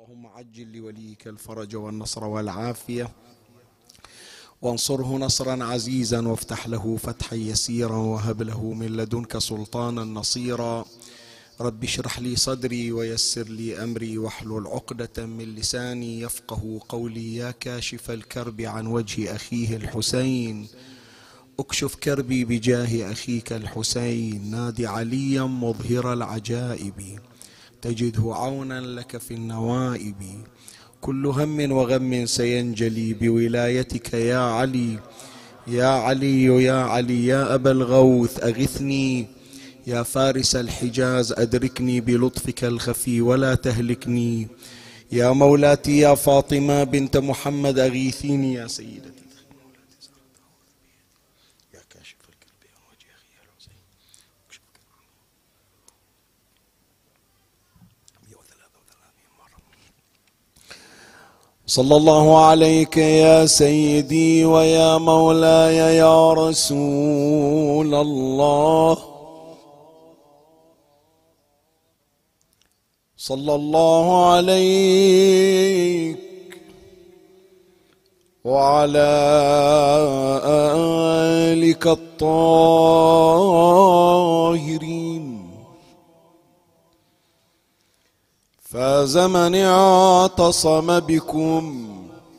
اللهم عجل لوليك الفرج والنصر والعافية، وانصره نصرا عزيزا، وافتح له فتحا يسيرا، وهب له من لدنك سلطانا نصيرا. رب اشرح لي صدري ويسر لي أمري، واحلل عقدة من لساني يفقه قولي. يا كاشف الكرب عن وجه أخيه الحسين، اكشف كربي بجاه أخيك الحسين. نادي عليا مظهر العجائب، تجده عونا لك في النوائب. كل هم وغم سينجلي بولايتك يا علي. يا علي يا علي يا أبا الغوث أغثني، يا فارس الحجاز أدركني بلطفك الخفي ولا تهلكني. يا مولاتي يا فاطمة بنت محمد أغيثيني يا سيدتي. يا كاشف الكرب عن وجه أخي الحسين. صلى الله عليك يا سيدي ويا مولاي يا رسول الله. صلى الله عليك وعلى آلك الطاهرين. فاز من اعتصم بكم،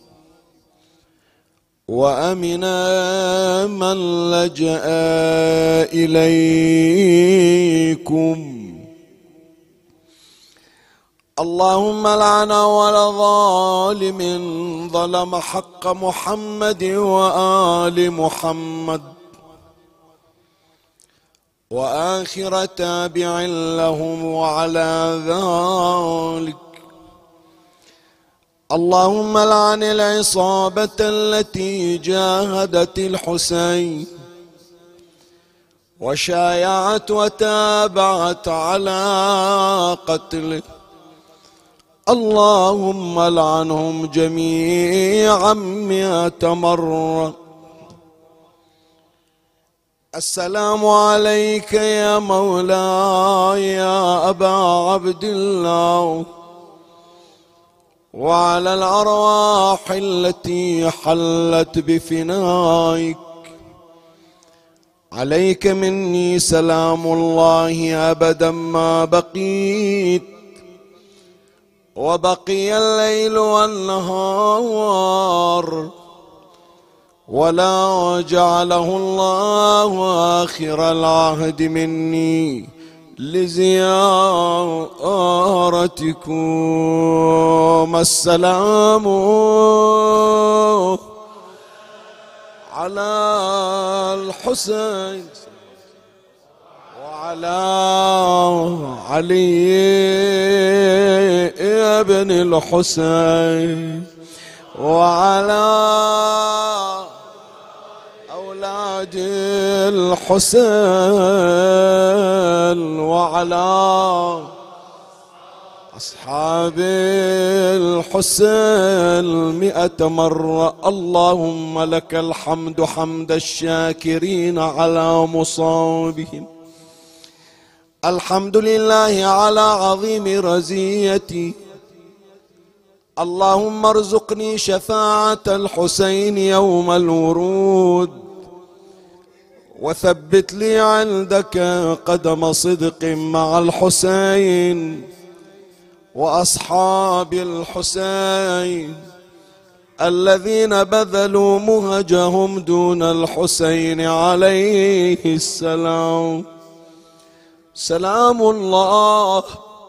وأمنا من لجأ إليكم. اللهم لعن أول ظالم ظلم حق محمد وآل محمد، وآخر تابع لهم وعلى ذلك. اللهم لعن العصابة التي جاهدت الحسين وشايعت وتابعت على قتله. اللهم لعنهم جميعا 100 مرة. السلام عليك يا مولاي يا أبا عبد الله، وعلى الأرواح التي حلت بفنائك. عليك مني سلام الله أبدا ما بقيت، وبقي الليل والنهار، ولا جعله الله آخر العهد مني لزيارتكم. السلام على الحسين وعلى علي ابن الحسين، وعلى أولاد الحسين، وعلى أصحاب الحسين 100 مرة. اللهم لك الحمد حمد الشاكرين على مصابهم. الحمد لله على عظيم رزيتي. اللهم ارزقني شفاعة الحسين يوم الورود، وثبت لي عندك قدم صدق مع الحسين وأصحاب الحسين الذين بذلوا مهجهم دون الحسين عليه السلام. سلام الله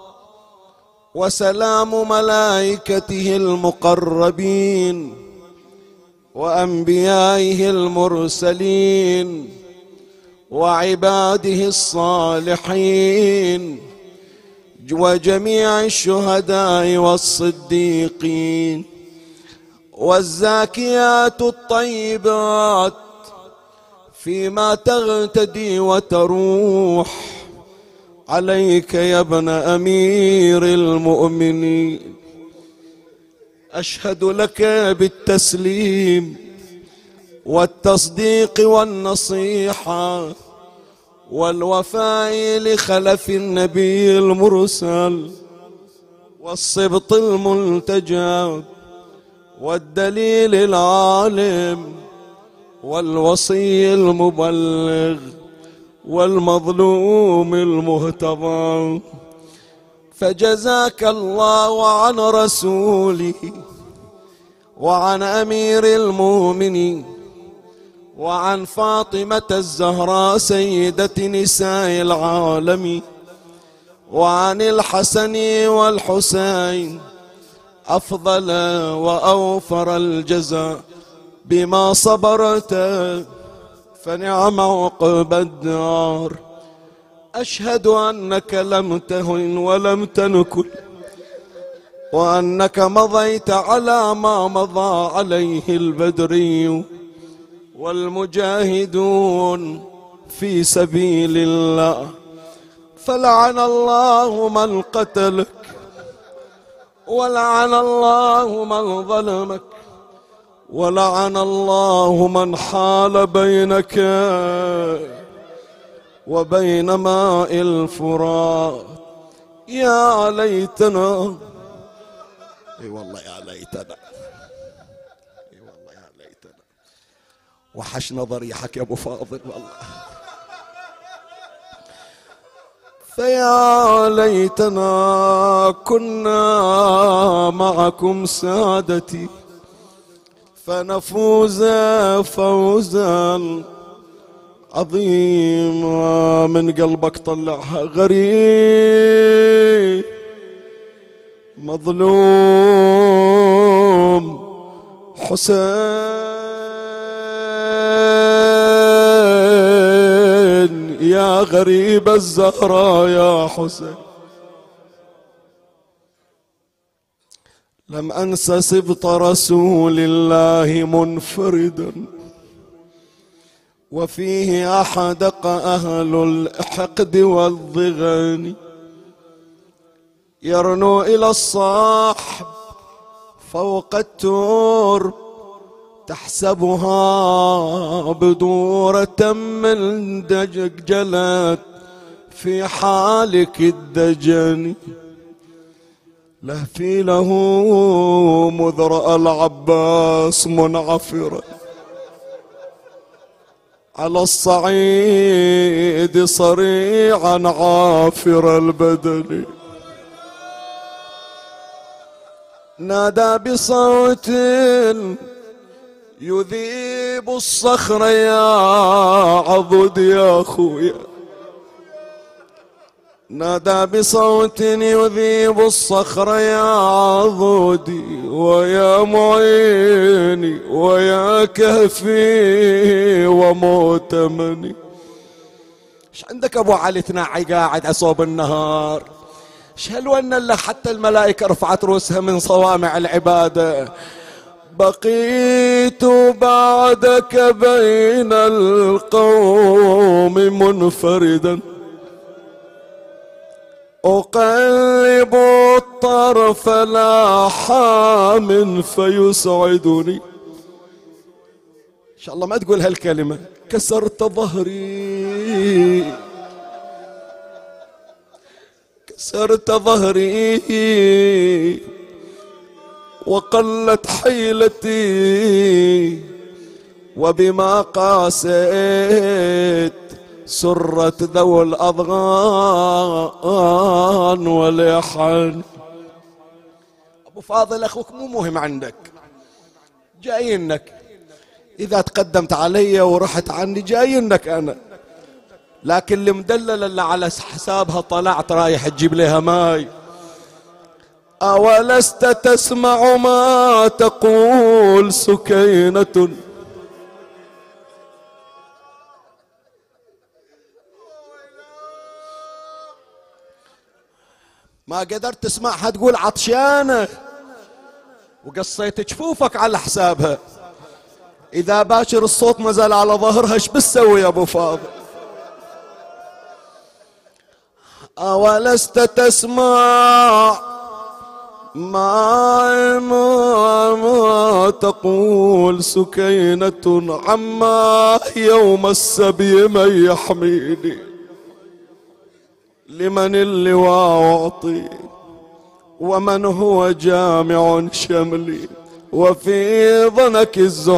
وسلام ملائكته المقربين وأنبيائه المرسلين وعباده الصالحين وجميع الشهداء والصديقين والزاكيات الطيبات فيما تغتدي وتروح. عليك يا ابن أمير المؤمنين. أشهد لك بالتسليم والتصديق والنصيحة والوفاء لخلف النبي المرسل والصبط الملتجى والدليل العالم والوصي المبلغ والمظلوم المهتضى. فجزاك الله عن رسوله وعن أمير المؤمنين وعن فاطمة الزهراء سيدة نساء العالمين وعن الحسن والحسين أفضل وأوفر الجزاء بما صبرت، فنعم عقب الدار. أشهد أنك لم تهن ولم تنكل، وأنك مضيت على ما مضى عليه البدري والمجاهدون في سبيل الله. فلعن الله من قتلك، ولعن الله من ظلمك، ولعن الله من حال بينك وبين ماء الفرات. يا ليتنا، اي والله يا ليتنا، اي والله يا ليتنا، وحشنا ضريحك يا ابو فاضل والله. فيا ليتنا كنا معكم سادتي فنفوز فوزا عظيما. من قلبك طلعها غريب مظلوم حسين، يا غريب الزهراء يا حسين. لم أنس سبط رسول الله منفردا، وفيه أحدق أهل الحقد والضغن، يرنو إلى الصاحب فوق التور تحسبها بدورة من دجلت في حالك الدجن. لهفي له مذرأ العباس منعفرا على الصعيد صريعا عافر البدن، نادى بصوت يذيب الصخر يا عضد يا خويا، نادى بصوت يذيب الصخر يا عضدي ويا معيني ويا كهفي ومؤتمني. ايش عندك ابو علي تنعي قاعد عصوب النهار؟ ايش هالون اللي حتى الملائكة رفعت رؤوسها من صوامع العبادة؟ بقيت بعدك بين القوم منفردا، أقلب الطرف لا حام فيسعدني. إن شاء الله ما تقول هالكلمة. كسرت ظهري، كسرت ظهري وقلت حيلتي، وبما قاسيت سرت ذو الأضغان والإحن. أبو فاضل أخوك مو مهم عندك، جايينك إذا تقدمت علي ورحت عني جايينك أنا، لكن المدلل اللي على حسابها طلعت رايح تجيب لها ماي. أولست تسمع ما تقول سكينة؟ ما قدرت تسمعها تقول عطشانة وقصيت جفوفك على حسابها. إذا باشر الصوت ما زال على ظهرها ايش بتسوي يا أبو فاضل؟ أولست تسمع ما تقول سكينة؟ عما يوم السبي من يحميني؟ لمن اللواء أعطي ومن هو جامع شملي وفي ظنك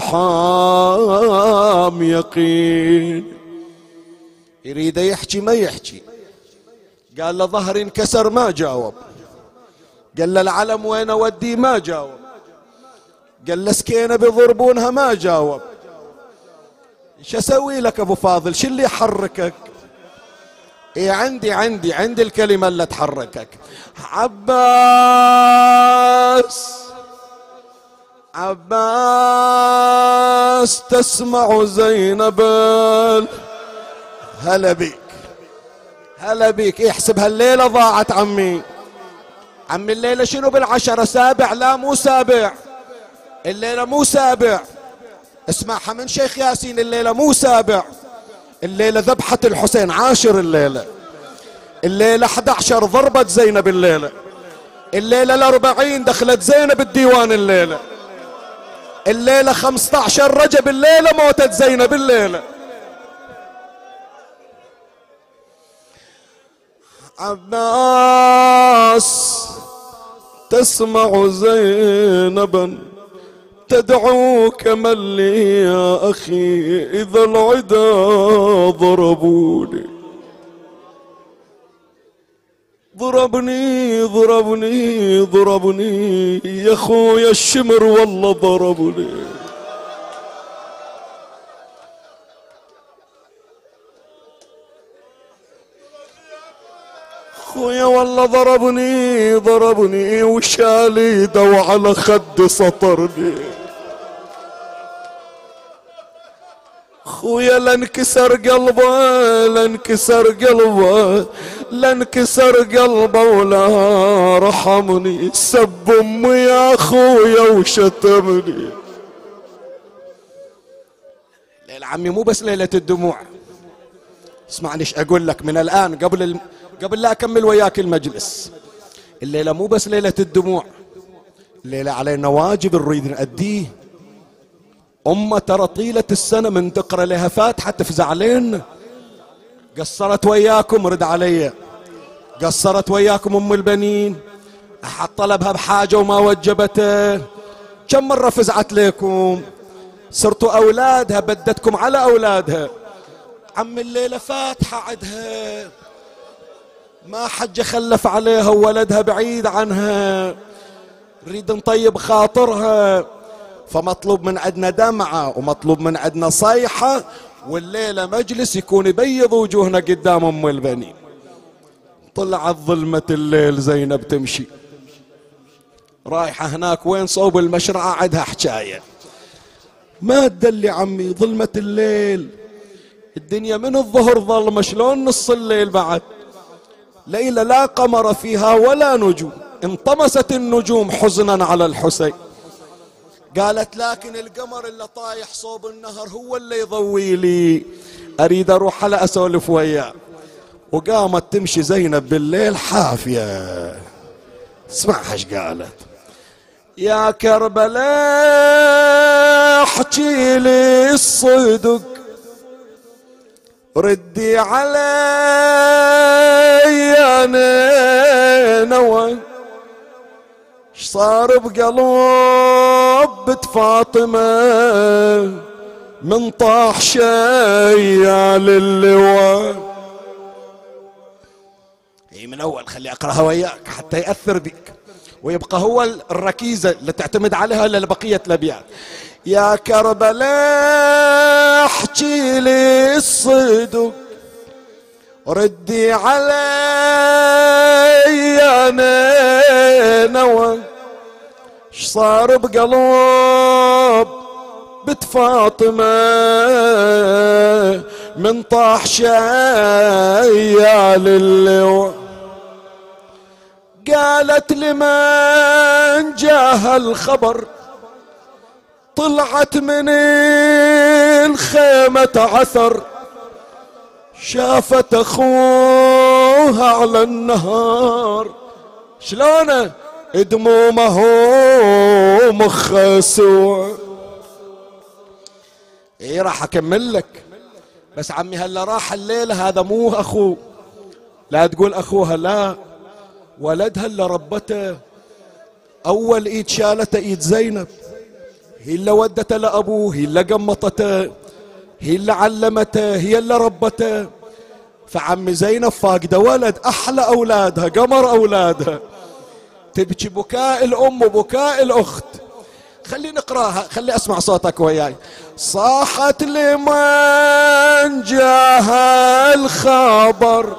الزحام يقين. يريد يحكي ما يحكي، قال له ظهري انكسر ما جاوب، قال له العلم وين اودي ما جاوب، قال له سكينه بيضربونها ما جاوب. ايش اسوي لك ابو فاضل؟ شو اللي يحركك؟ ايه عندي الكلمه اللي تحركك. عباس تسمع زينب. هلا بيك. احسب هالليله ضاعت عمي الليله شنو بالعشرة؟ سابع؟ لا مو سابع، الليله مو سابع، اسمعها من شيخ ياسين، الليله مو سابع، الليله ذبحة الحسين عاشر، الليله 11 ضربت زينب، الليله 40 دخلت زينب الديوان، الليله 15 رجب، الليله موتت زينب، عباس تسمع زينبا تدعوك من لي يا أخي إذا العدا ضربوني، ضربني يا خويا الشمر والله ضربني. خويا والله ضربني وشالي دو على خد سطرني. خويا لانكسر قلبه ولا رحمني، سب امي يا خويا وشتمني. ليلة عمي مو بس ليلة الدموع، اسمعني ايش اقول لك من الان قبل لا اكمل وياك المجلس. الليلة مو بس ليلة الدموع، الليلة علينا واجب نريد نأديه. أمة ترى طيلة السنة من تقرأ لها فاتحة تفزع علينا. قصرت وياكم رد علي، قصرت وياكم أم البنين، أحد طلبها بحاجة وما وجبته، كم مرة فزعت لكم، صرتوا أولادها بدتكم على أولادها. عم الليلة فاتحة عدها، ما حج خلف عليها وولدها بعيد عنها، نريد نطيب خاطرها، فمطلوب من عندنا دمعة ومطلوب من عندنا صيحة، والليلة مجلس يكون يبيض وجوهنا قدام أم البنين. طلعت ظلمة الليل زينب تمشي رايحة هناك وين صوب المشرعة، عندها حكاية ما تدلي عمي. ظلمة الليل، الدنيا من الظهر ظلمة، شلون نص الليل بعد؟ ليلة لا قمر فيها ولا نجوم، انطمست النجوم حزنا على الحسين. قالت لكن القمر اللي طايح صوب النهر هو اللي يضوي لي، اريد اروح على اسولف وياه. وقامت تمشي زينب بالليل حافية. اسمعها ايش قالت. يا كربلاء احكي لي الصدق، ردي علي يا نينوى، ايش صار بقلب بنت فاطمة من طاح شيال اللواء. هي من اول خلي اقراها وياك حتى يأثر بك ويبقى هو الركيزة اللي تعتمد عليها لبقية الابيات. يا كربلاء احكي لي الصدق، ردي علي يا نينوى، ايش صار بقلب بنت فاطمة من طاح شيال اللواء. قالت لمن جاه الخبر، طلعت من الخيمة عثر، شافت اخوها على النهار، شلونه دمومه مخسوع. ايه راح اكمل لك، بس عمي هلا راح الليلة هذا مو اخوه، لا تقول اخوها، لا ولدها اللي ربته أول إيد شالته إيد زينب، هي اللي ودته لأبوه، هي اللي قمطته، هي اللي علمته، هي اللي ربته. فعم زينب فاقده ولد أحلى أولادها، قمر أولادها، تبكي بكاء الأم وبكاء الأخت. خليني نقراها، خلي أسمع صوتك وياي. صاحت لمن جاها الخبر،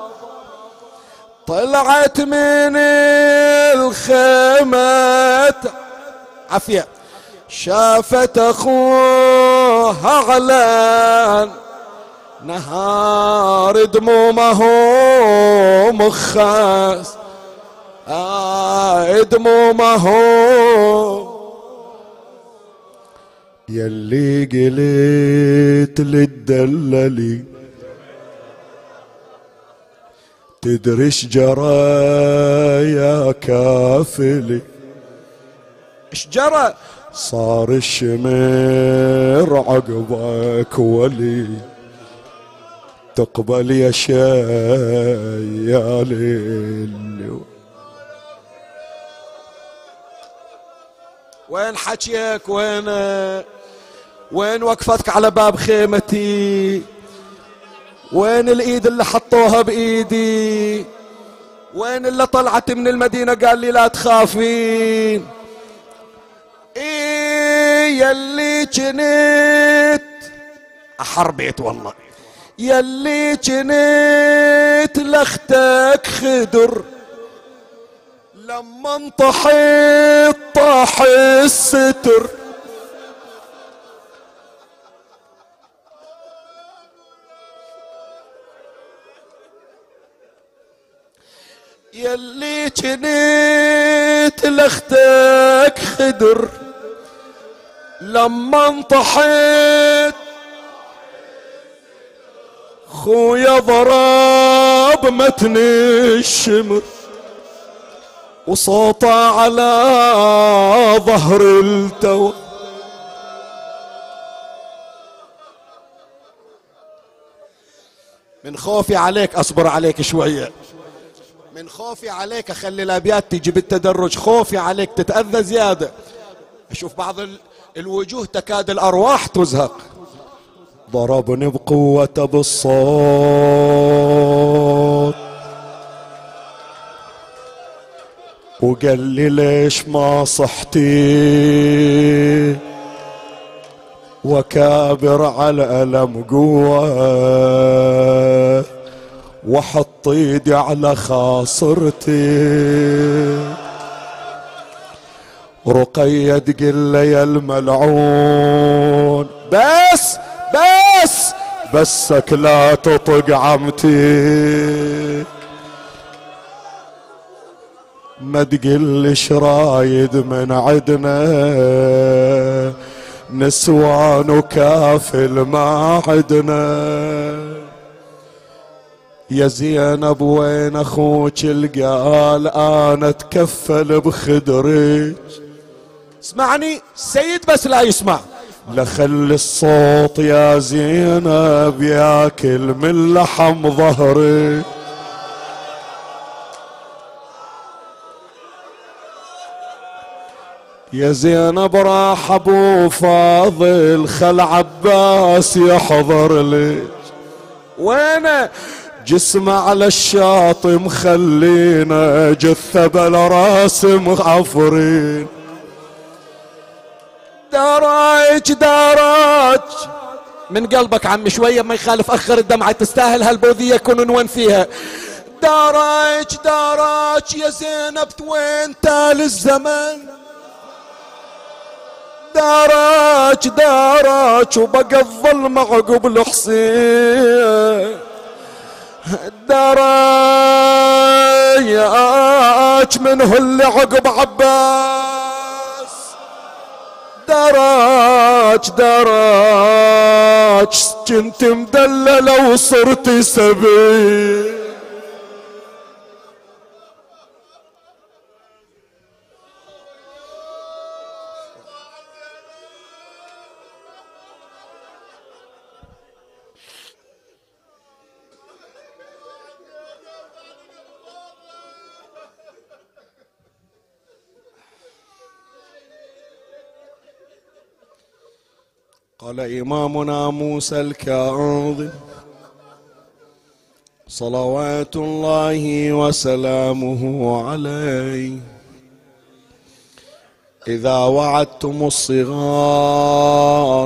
طلعت من الخيمة عافية، شافت أخوها على نهار دمومه مخاس، دمومه. يلي قلت للدللي تدري ايش جرى يا كافلي، ايش جرى؟ صار الشمر عقبك ولي، تقبل يا شيالي. وين حكيك؟ وين وقفتك على باب خيمتي؟ وين الايد اللي حطوها بايدي؟ وين اللي طلعت من المدينة قال لي لا تخافين؟ ايه يلي جنيت احربيت والله، يلي جنيت لاختك خدر، لما انطحيت طاح الستر. يلي جنيت لاختك خدر، لما انطحيت خويا ضرب متن الشمر، وصوته على ظهر التوى. من خوفي عليك اصبر عليك شوية، من خوفي عليك اخلي الابيات تيجي بالتدرج، خوفي عليك تتأذى زيادة. اشوف بعض الوجوه تكاد الارواح تزهق. ضربني بقوة بالصوت وقال لي ليش ما صحتي، وكابر على الألم قوة، وحط ايدي على خاصرتي. رقية تقل يا الملعون بسك لا تطق عمتي، ما تقلش رايد من عدنا، نسوان وكافل ما عدنا. يا زينب وين اخوك القال انا اتكفل بخدرك. اسمعني السيد بس لا يسمع. لخلي الصوت يا زينب ياكل من لحم ظهري. يا زينب راح ابو فاضل خل عباس يحضر لي، وين جسمه على الشاطئ مخلينا جثة بلا راس معفرين. دراج من قلبك عمي شوية ما يخالف، أخر الدمعة تستاهل هالبوذية كونوا وين فيها. دراج يا زينب وين تال الزمن. دراج وبقى الظلم عقب الحسين. دراج منه اللي عقب عباس. دراج كنت مدللة وصرت سبي. قال إمامنا موسى الكاظم صلوات الله وسلامه عليه: إذا وعدتم الصغار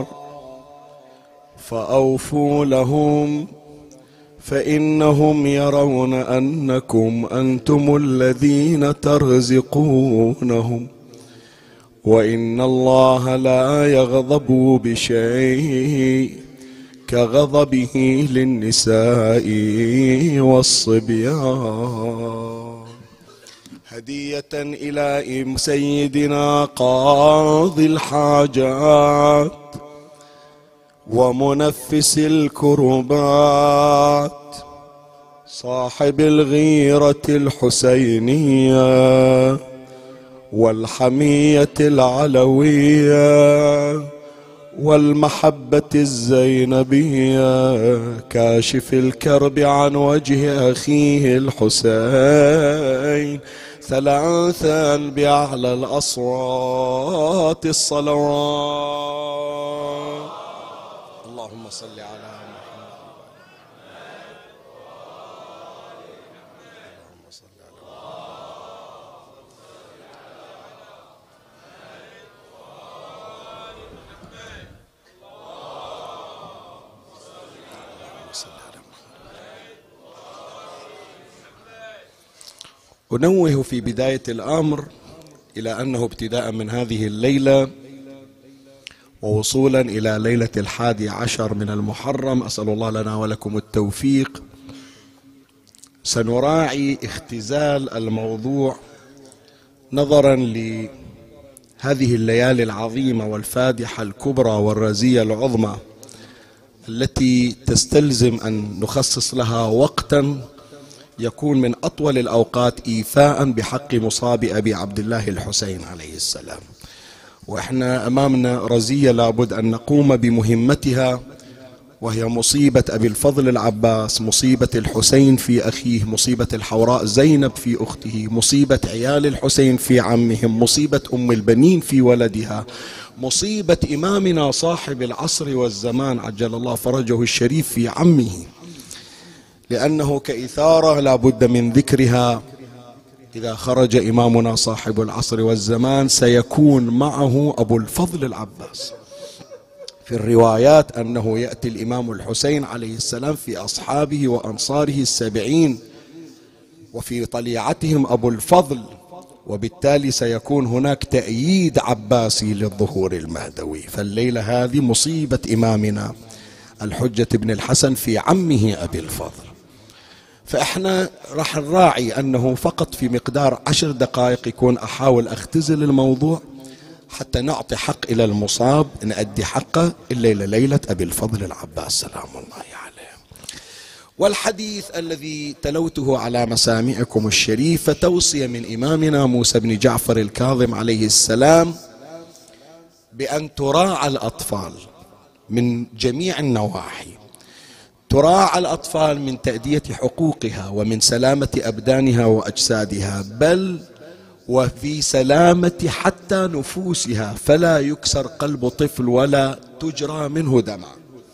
فأوفوا لهم، فإنهم يرون أنكم أنتم الذين ترزقونهم، وإن الله لا يغضب بشيء كغضبه للنساء والصبيان. هدية إلى سيدنا قاضي الحاجات ومنفس الكربات صاحب الغيرة الحسينية والحمية العلوية والمحبة الزينبية، كاشف الكرب عن وجه أخيه الحسين، ثلاثا بأعلى الأصوات الصلوات. اللهم صل على أنوه في بداية الأمر إلى أنه ابتداء من هذه الليلة ووصولا إلى ليلة 11 من المحرم، أسأل الله لنا ولكم التوفيق، سنراعي اختزال الموضوع نظرا لهذه الليالي العظيمة والفادحة الكبرى والرزية العظمى التي تستلزم أن نخصص لها وقتا يكون من أطول الأوقات إيفاء بحق مصاب أبي عبد الله الحسين عليه السلام. وإحنا أمامنا رزية لابد أن نقوم بمهمتها، وهي مصيبة أبي الفضل العباس، مصيبة الحسين في أخيه، مصيبة الحوراء زينب في أخته، مصيبة عيال الحسين في عمهم، مصيبة أم البنين في ولدها، مصيبة إمامنا صاحب العصر والزمان عجل الله فرجه الشريف في عمه، لأنه كإثارة لا بد من ذكرها. إذا خرج إمامنا صاحب العصر والزمان سيكون معه أبو الفضل العباس. في الروايات أنه يأتي الإمام الحسين عليه السلام في أصحابه وأنصاره 70 وفي طليعتهم أبو الفضل، وبالتالي سيكون هناك تأييد عباسي للظهور المهدوي. فالليلة هذه مصيبة إمامنا الحجة بن الحسن في عمه أبي الفضل. فإحنا راح نراعي أنه فقط في مقدار 10 دقائق يكون أحاول أختزل الموضوع حتى نعطي حق إلى المصاب، نأدي حقه. الليلة ليلة أبي الفضل العباس سلام الله عليه. والحديث الذي تلوته على مسامعكم الشريفة توصية من إمامنا موسى بن جعفر الكاظم عليه السلام بأن تراعى الأطفال من جميع النواحي، تراعى الأطفال من تأدية حقوقها ومن سلامة أبدانها وأجسادها، بل وفي سلامة حتى نفوسها، فلا يكسر قلب طفل ولا تجرى منه دمع.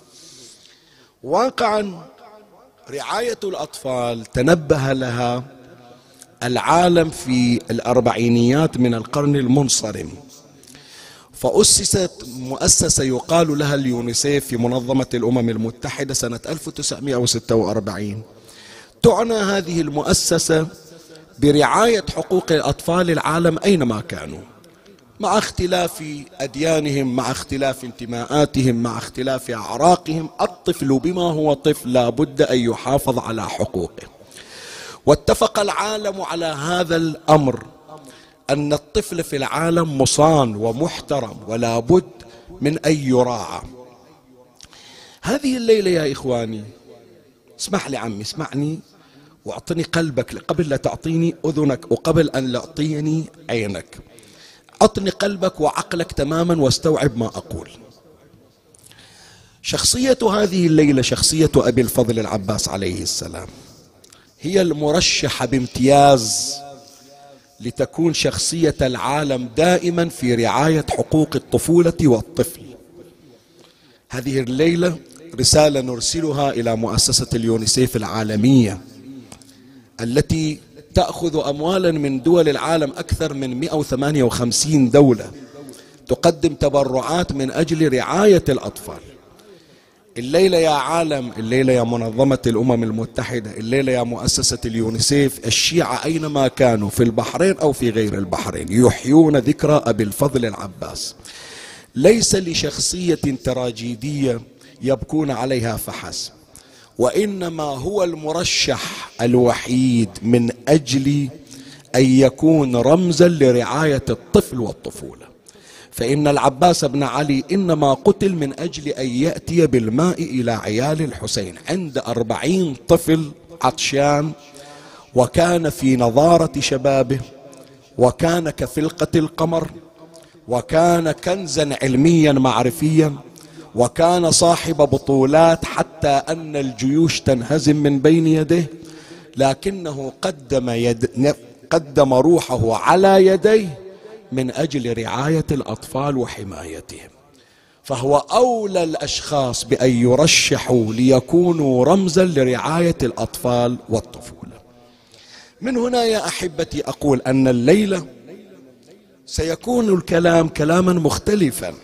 واقعا رعاية الأطفال تنبه لها العالم في الأربعينيات من القرن المنصرم، فأسست مؤسسة يقال لها اليونيسيف في منظمة الأمم المتحدة سنة 1946. تعنى هذه المؤسسة برعاية حقوق الأطفال العالم أينما كانوا، مع اختلاف أديانهم، مع اختلاف انتماءاتهم، مع اختلاف أعراقهم. الطفل بما هو طفل لا بد أن يحافظ على حقوقه. واتفق العالم على هذا الأمر، أن الطفل في العالم مصان ومحترم ولا بد من أن يراعى. هذه الليلة يا إخواني، اسمح لي عمي، اسمعني واعطني قلبك قبل لا تعطيني أذنك، وقبل أن لا تعطيني عينك. أعطني قلبك وعقلك تماما واستوعب ما أقول. شخصية هذه الليلة شخصية أبي الفضل العباس عليه السلام، هي المرشحة بامتياز لتكون شخصية العالم دائما في رعاية حقوق الطفولة والطفل. هذه الليلة رسالة نرسلها إلى مؤسسة اليونيسيف العالمية التي تأخذ أموالا من دول العالم، أكثر من 158 دولة، تقدم تبرعات من أجل رعاية الأطفال. الليلة يا عالم، الليلة يا منظمة الأمم المتحدة، الليلة يا مؤسسة اليونيسيف، الشيعة أينما كانوا في البحرين أو في غير البحرين يحيون ذكرى أبي الفضل العباس، ليس لشخصية تراجيدية يبكون عليها فحسب، وإنما هو المرشح الوحيد من أجل أن يكون رمزا لرعاية الطفل والطفولة. فإن العباس بن علي إنما قتل من أجل أن يأتي بالماء إلى عيال الحسين عند 40 طفل عطشان، وكان في نضارة شبابه، وكان كفلقة القمر، وكان كنزا علميا معرفيا، وكان صاحب بطولات حتى أن الجيوش تنهزم من بين يديه، لكنه قدم روحه على يديه من أجل رعاية الأطفال وحمايتهم. فهو أولى الأشخاص بأن يرشحوا ليكونوا رمزا لرعاية الأطفال والطفولة. من هنا يا أحبتي أقول أن الليلة سيكون الكلام كلاما مختلفا،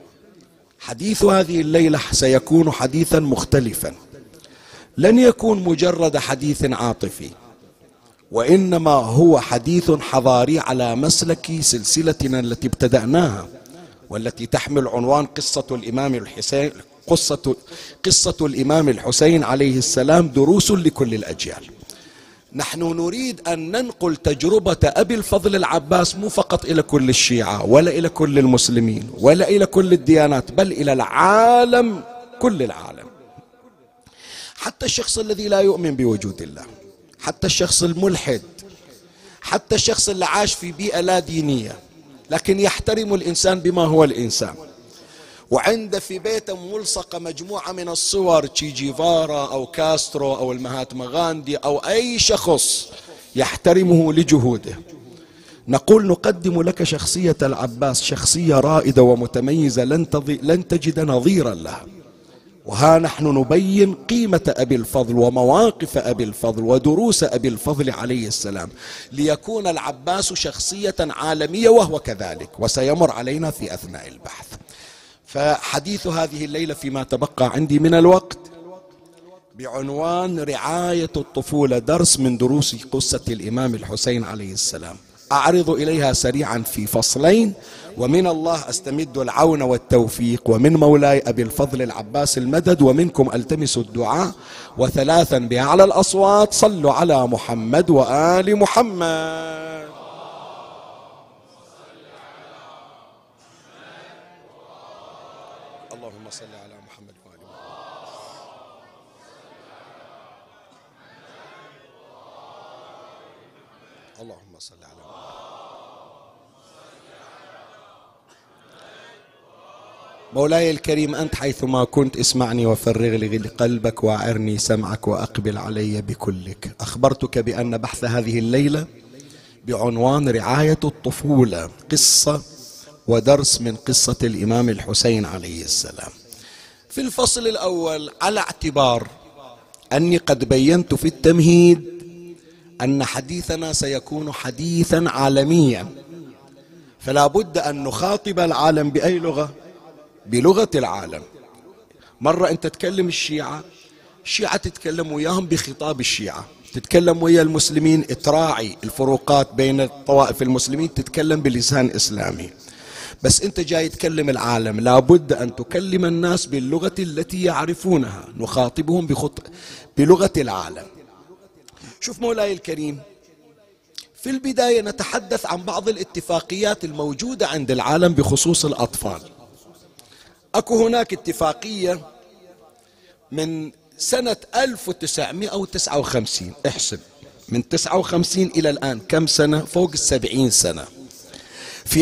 حديث هذه الليلة سيكون حديثا مختلفا، لن يكون مجرد حديث عاطفي، وإنما هو حديث حضاري على مسلك سلسلتنا التي ابتدأناها، والتي تحمل عنوان قصة الإمام الحسين، قصة الإمام الحسين عليه السلام، دروس لكل الأجيال. نحن نريد أن ننقل تجربة أبي الفضل العباس مو فقط إلى كل الشيعة ولا إلى كل المسلمين ولا إلى كل الديانات، بل إلى العالم، كل العالم، حتى الشخص الذي لا يؤمن بوجود الله، حتى الشخص الملحد، حتى الشخص اللي عاش في بيئة لا دينية لكن يحترم الإنسان بما هو الإنسان، وعند في بيته ملصقة مجموعة من الصور، تشي جيفارا أو كاسترو أو المهاتما غاندي أو أي شخص يحترمه لجهوده. نقول نقدم لك شخصية العباس، شخصية رائدة ومتميزة لن تجد نظيرا لها. وها نحن نبين قيمة أبي الفضل ومواقف أبي الفضل ودروس أبي الفضل عليه السلام، ليكون العباس شخصية عالمية وهو كذلك، وسيمر علينا في أثناء البحث. فحديث هذه الليلة فيما تبقى عندي من الوقت بعنوان رعاية الطفولة، درس من دروس قصة الإمام الحسين عليه السلام، أعرض إليها سريعا في فصلين، ومن الله أستمد العون والتوفيق، ومن مولاي أبي الفضل العباس المدد، ومنكم ألتمس الدعاء، وثلاثا بأعلى الأصوات صلوا على محمد وآل محمد. اللهم صل على محمد وآل محمد. اللهم صل على محمد. مولاي الكريم، أنت حيثما كنت اسمعني وفرغ لي قلبك وأعرني سمعك وأقبل علي بكلك. أخبرتك بأن بحث هذه الليلة بعنوان رعاية الطفولة، قصة ودرس من قصة الإمام الحسين عليه السلام. في الفصل الأول، على اعتبار أني قد بينت في التمهيد أن حديثنا سيكون حديثا عالميا، فلا بد أن نخاطب العالم بأي لغة؟ بلغة العالم. مرة أنت تتكلم الشيعة تتكلم وياهم بخطاب الشيعة، تتكلم ويا المسلمين تراعي الفروقات بين الطوائف المسلمين، تتكلم بلسان إسلامي. بس أنت جاي تكلم العالم، لابد أن تكلم الناس باللغة التي يعرفونها، نخاطبهم بلغة العالم. شوف مولاي الكريم، في البداية نتحدث عن بعض الاتفاقيات الموجودة عند العالم بخصوص الأطفال. أكو هناك اتفاقية من سنة 1959، احسب من 59 إلى الآن كم سنة؟ فوق 70 سنة. في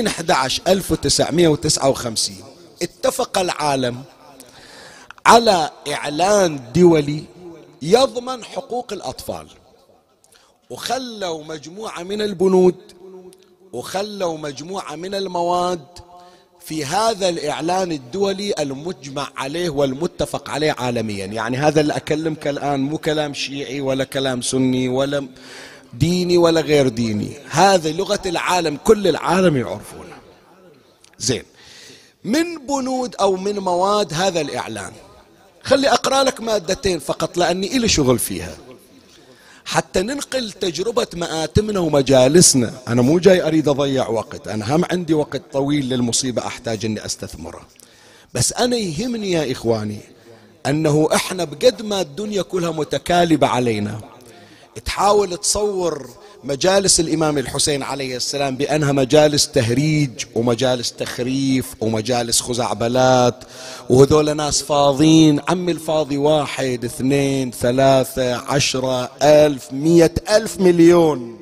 20/11/1959 اتفق العالم على إعلان دولي يضمن حقوق الأطفال، وخلوا مجموعة من البنود وخلوا مجموعة من المواد في هذا الإعلان الدولي المجمع عليه والمتفق عليه عالميا. يعني هذا اللي أكلمك الآن مو كلام شيعي ولا كلام سني ولا ديني ولا غير ديني، هذا لغة العالم، كل العالم يعرفونه. زين، من بنود أو من مواد هذا الإعلان، خلي أقرأ لك مادتين فقط لأني إلي شغل فيها حتى ننقل تجربة مآتمنا ومجالسنا. أنا مو جاي أريد أضيع وقت، أنا هم عندي وقت طويل للمصيبة أحتاج أني أستثمره، بس أنا يهمني يا إخواني أنه إحنا بقد ما الدنيا كلها متكالبة علينا تحاول تصور مجالس الإمام الحسين عليه السلام بأنها مجالس تهريج ومجالس تخريف ومجالس خزعبلات وهذول ناس فاضين. عمي الفاضي 1 2 3 10 1000 100,000 مليون،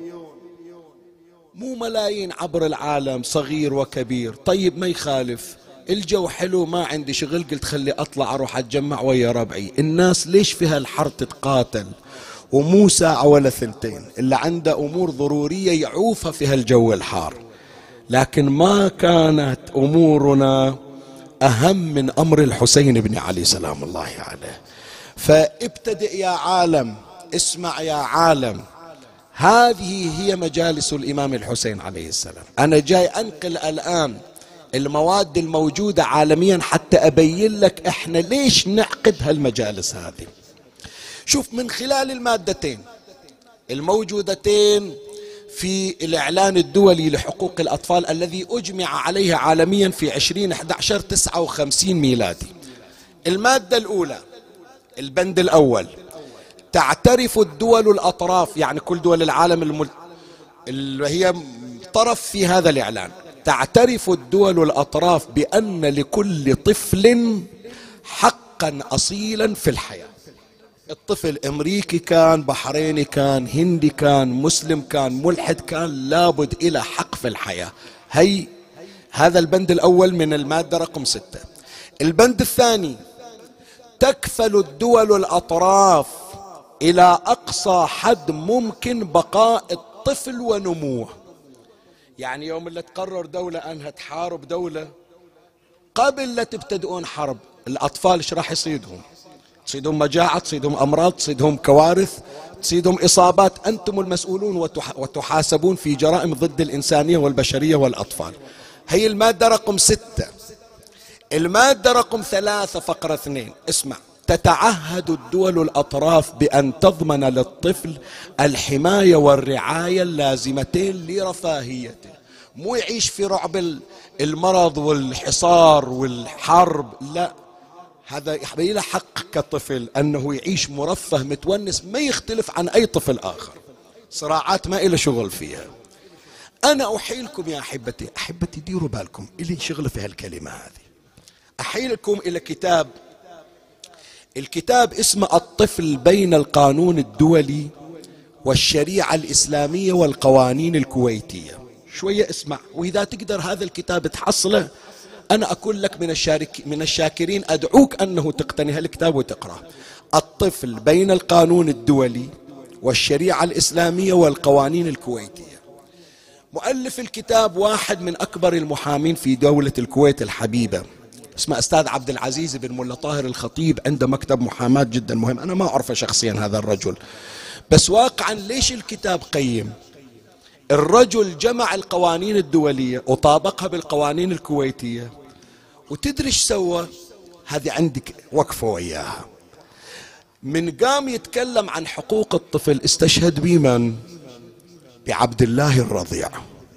مو ملايين عبر العالم صغير وكبير. طيب ما يخالف، الجو حلو ما عندي شغل، قلت خلي أطلع أروح أتجمع ويا ربعي. الناس ليش في هالحر تتقاتل ومو ساعة ولا 2، اللي عنده أمور ضرورية يعوفها في هالجو الحار. لكن ما كانت أمورنا أهم من أمر الحسين بن علي سلام الله عليه. فابتدئ يا عالم، اسمع يا عالم، هذه هي مجالس الإمام الحسين عليه السلام. أنا جاي أنقل الآن المواد الموجودة عالميا حتى أبين لك إحنا ليش نعقد هالمجالس هذه. شوف، من خلال المادتين الموجودتين في الإعلان الدولي لحقوق الأطفال الذي أجمع عليه عالميا في 20/11/59 ميلادي. المادة الأولى، البند الأول: تعترف الدول الأطراف، يعني كل دول العالم اللي هي طرف في هذا الإعلان، تعترف الدول الأطراف بأن لكل طفل حقا أصيلا في الحياة. الطفل أمريكي كان، بحريني كان، هندي كان، مسلم كان، ملحد كان، لابد إلى حق في الحياة. هذا البند الأول من المادة رقم 6. البند الثاني: تكفل الدول الأطراف إلى أقصى حد ممكن بقاء الطفل ونموه. يعني يوم اللي تقرر دولة أنها تحارب دولة، قبل لا تبتدئون حرب، الأطفال ايش راح يصيدهم؟ تصيدهم مجاعة، تصيدهم أمراض، تصيدهم كوارث، تصيدهم إصابات. أنتم المسؤولون وتحاسبون في جرائم ضد الإنسانية والبشرية والأطفال. هي المادة رقم 6. المادة رقم 3 فقرة 2، اسمع: تتعهد الدول الأطراف بأن تضمن للطفل الحماية والرعاية اللازمتين لرفاهيته. مو يعيش في رعب المرض والحصار والحرب، لا، هذا يحبي له حق كطفل أنه يعيش مرفه متونس، ما يختلف عن أي طفل آخر. صراعات ما إله شغل فيها. أنا أحيلكم يا أحبتي ديروا بالكم، إلي شغل في هالكلمة هذه. أحيلكم إلى كتاب، الكتاب اسمه الطفل بين القانون الدولي والشريعة الإسلامية والقوانين الكويتية. شوية اسمع، وإذا تقدر هذا الكتاب تحصله أنا أقول لك من الشاكرين، أدعوك أنه تقتني هالكتاب وتقرأ. الطفل بين القانون الدولي والشريعة الإسلامية والقوانين الكويتية. مؤلف الكتاب واحد من أكبر المحامين في دولة الكويت الحبيبة، اسمه أستاذ عبد العزيز بن ملا طاهر الخطيب، عنده مكتب محاماة جدا مهم. أنا ما أعرفه شخصيا هذا الرجل، بس واقعا ليش الكتاب قيم؟ الرجل جمع القوانين الدولية وطابقها بالقوانين الكويتية، وتدري ايش سوى؟ هذه عندك وقفة وياها. من قام يتكلم عن حقوق الطفل استشهد بمن؟ بعبد الله الرضيع.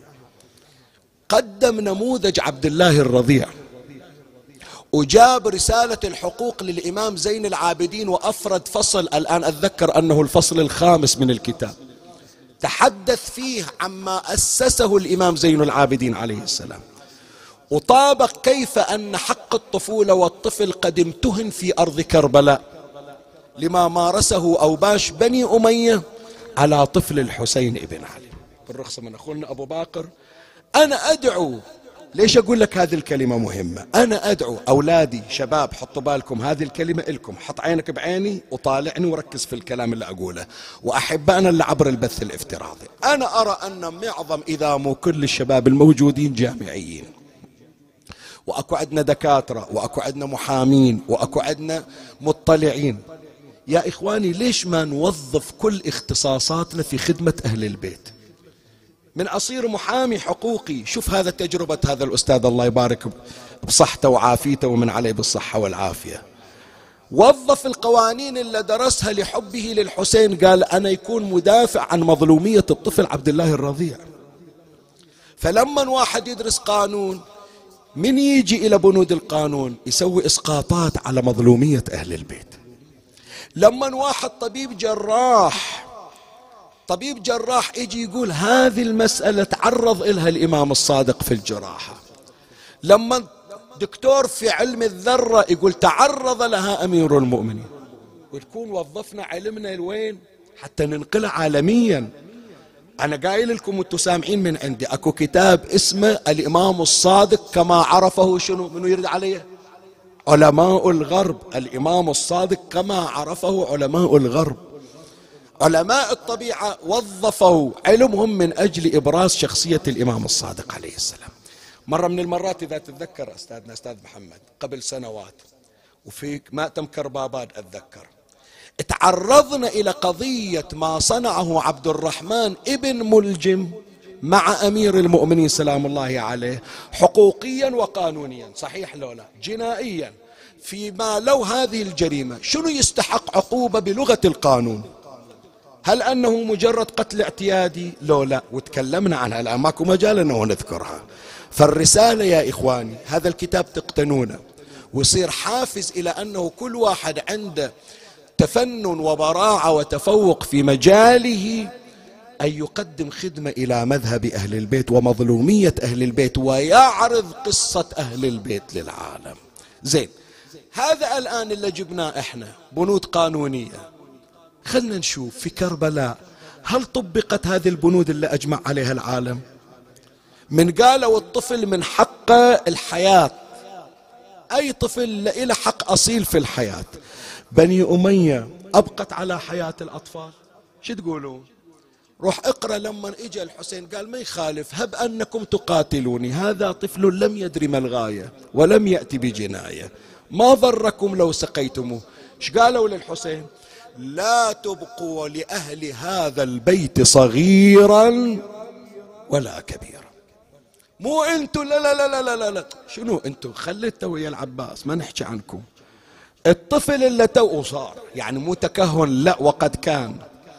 قدم نموذج عبد الله الرضيع، وجاب رسالة الحقوق للإمام زين العابدين وأفرد فصل، الآن أتذكر أنه الفصل ال5 من الكتاب، تحدث فيه عما أسسه الإمام زين العابدين عليه السلام، وطابق كيف أن حق الطفولة والطفل قد امتهن في أرض كربلاء لما مارسه أوباش بني أمية على طفل الحسين ابن علي بالرخصة من أخونا أبو باكر. أنا أدعو، ليش أقول لك هذه الكلمة مهمة؟ أنا أدعو أولادي شباب، حطوا بالكم هذه الكلمة إلكم، حط عينك بعيني وطالعني وركز في الكلام اللي أقوله، وأحبائنا اللي عبر البث الافتراضي. أنا أرى أن معظم إذا مو كل الشباب الموجودين جامعيين، وأكو عندنا دكاترة، وأكو عندنا محامين، وأكو عندنا مطلعين. يا إخواني ليش ما نوظف كل اختصاصاتنا في خدمة أهل البيت؟ من أصير محامي حقوقي، شوف هذا تجربة هذا الأستاذ الله يبارك بصحته وعافيته ومن عليه بالصحة والعافية، وظف القوانين اللي درسها لحبه للحسين، قال أنا يكون مدافع عن مظلومية الطفل عبد الله الرضيع. فلما واحد يدرس قانون، من يجي إلى بنود القانون يسوي إسقاطات على مظلومية أهل البيت. لما واحد طبيب جراح يجي يقول هذه المسألة تعرض إلها الإمام الصادق في الجراحة، لما دكتور في علم الذرة يقول تعرض لها أمير المؤمنين، ونكون وظفنا علمنا لوين حتى ننقله عالميا. أنا قايل لكم وانتم سامعين من عندي، أكو كتاب اسمه الإمام الصادق كما عرفه، شنو منو يرد عليه؟ علماء الغرب. الإمام الصادق كما عرفه علماء الغرب. علماء الطبيعة وظفوا علمهم من أجل إبراز شخصية الإمام الصادق عليه السلام. مرة من المرات إذا تتذكر أستاذنا أستاذ محمد قبل سنوات وفي مأتم كرباباد أتذكر، تعرضنا إلى قضية ما صنعه عبد الرحمن ابن ملجم مع أمير المؤمنين سلام الله عليه، حقوقيا وقانونيا، صحيح لو لا جنائيا، فيما لو هذه الجريمة شنو يستحق عقوبة بلغة القانون؟ هل أنه مجرد قتل اعتيادي؟ لو لا، وتكلمنا عنها الآن ماكو مجال أنه نذكرها. فالرسالة يا إخواني هذا الكتاب تقتنونه ويصير حافز إلى أنه كل واحد عنده تفنن وبراعة وتفوق في مجاله أن يقدم خدمة إلى مذهب أهل البيت ومظلومية أهل البيت، ويعرض قصة أهل البيت للعالم. زين، هذا الآن اللي جبناه إحنا بنود قانونية، خلنا نشوف في كربلاء هل طبقت هذه البنود اللي أجمع عليها العالم؟ من قالوا الطفل من حقه الحياة، أي طفل له حق أصيل في الحياة. بني أمية أبقت على حياة الأطفال، شو تقولون؟ روح اقرأ لما اجى الحسين قال ما يخالف، هب أنكم تقاتلوني، هذا طفل لم يدري ما الغاية ولم يأتي بجناية، ما ضركم لو سقيتموه. ايش قالوا للحسين؟ لا تبقوا لأهل هذا البيت صغيرا ولا كبيرا. مو انتوا لا لا لا لا لا لا، شنو انتوا؟ خليته ويا العباس ما نحكي عنكم. الطفل اللي تو صار يعني مو تكهن، لا وقد كان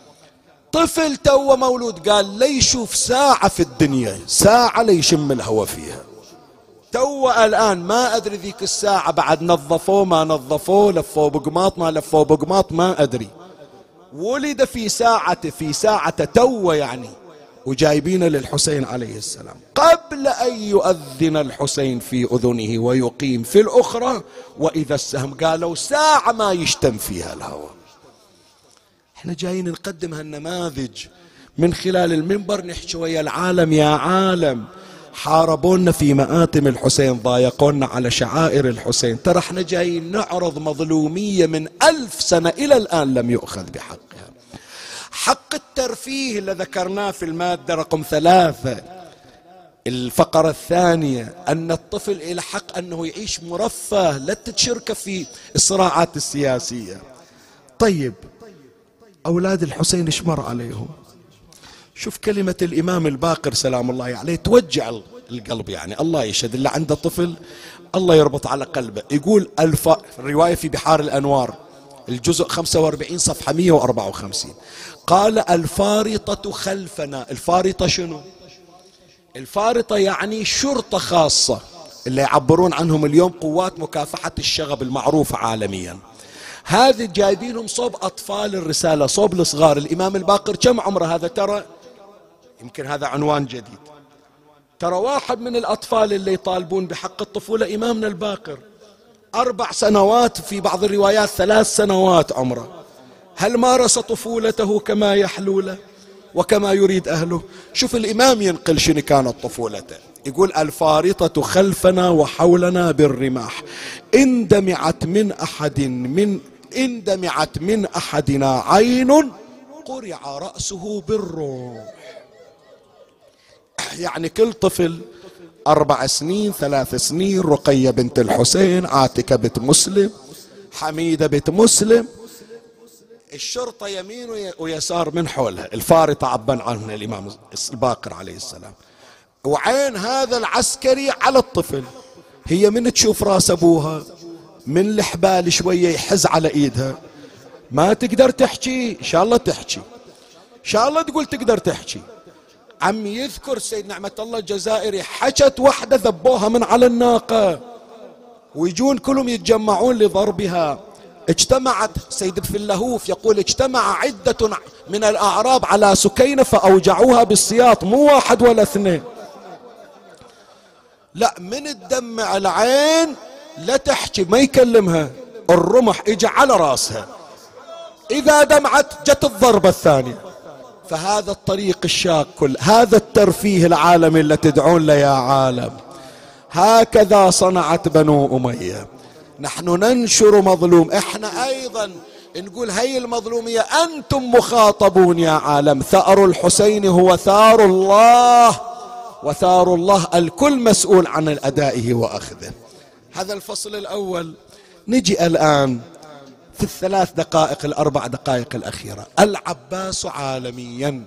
طفل تو مولود، قال لي يشوف ساعة في الدنيا، ساعة ليشم الهوى فيها. تو الآن ما أدري ذيك الساعة بعد نظفوه ما نظفوه، لفوه بقماط ما لفوه بقماط ما أدري، ولد في ساعة تو يعني، وجايبين للحسين عليه السلام قبل أن يؤذن الحسين في أذنه ويقيم في الأخرى، وإذا السهم قالوا ساعة ما يشتم فيها الهوى. احنا جايين نقدم هالنماذج من خلال المنبر، نحكي ويا العالم يا عالم حاربونا في مآتم الحسين، ضايقونا على شعائر الحسين، ترى احنا جايين نعرض مظلومية من 1000 سنة إلى الآن لم يؤخذ بحقها. حق الترفيه اللي ذكرناه في المادة رقم 3 الفقرة الثانية، أن الطفل إلى حق أنه يعيش مرفه، لا تتشرك في الصراعات السياسية. طيب أولاد الحسين ايش مر عليهم؟ شوف كلمة الإمام الباقر سلام الله عليه توجع القلب، يعني الله يشهد اللي عنده طفل الله يربط على قلبه. يقول الرواية في بحار الأنوار الجزء 45 صفحة 154، قال الفارطة خلفنا. الفارطة شنو؟ الفارطة يعني شرطة خاصة اللي يعبرون عنهم اليوم قوات مكافحة الشغب المعروفة عالميا. هذه جايبينهم صوب أطفال الرسالة، صوب الصغار. الإمام الباقر كم عمره هذا؟ ترى يمكن هذا عنوان جديد، ترى واحد من الأطفال اللي يطالبون بحق الطفولة إمامنا الباقر 4 سنوات، في بعض الروايات 3 سنوات عمره. هل مارس طفولته كما يحلو له وكما يريد أهله؟ شوف الإمام ينقل شنو كانت طفولته، يقول الفارطة خلفنا وحولنا بالرماح، اندمعت من أحدنا عين قرع رأسه بالروح. يعني كل طفل 4 سنين 3 سنين، رقية بنت الحسين، عاتكة بنت مسلم، حميدة بنت مسلم. الشرطة يمين ويسار من حولها، الفارطة عبن عنها الإمام الباقر عليه السلام. وعين هذا العسكري على الطفل. هي من تشوف راس أبوها من الحبال شوية يحز على إيدها، ما تقدر تحكي. إن شاء الله تحكي، إن شاء الله تقول تقدر تحكي. عمي يذكر سيد نعمة الله الجزائري حكت وحدة ذبوها من على الناقة ويجون كلهم يتجمعون لضربها. اجتمعت سيد في اللهوف يقول اجتمع عدة من الأعراب على سكينة فأوجعوها بالسياط، مو 1 ولا 2. لا، من تدمع العين لا تحكي، ما يكلمها، الرمح اجى على راسها، إذا دمعت جت الضربة الثانية. فهذا الطريق الشاق، كل هذا الترفيه العالمي اللي تدعون له يا عالم، هكذا صنعت بنو أمية. نحن ننشر مظلوم، احنا أيضا نقول هي المظلومية أنتم مخاطبون يا عالم. ثأر الحسين هو ثار الله، وثار الله الكل مسؤول عن أدائه وأخذه. هذا الفصل الأول. نجي الآن في 3 دقائق 4 دقائق الأخيرة. العباس عالميا،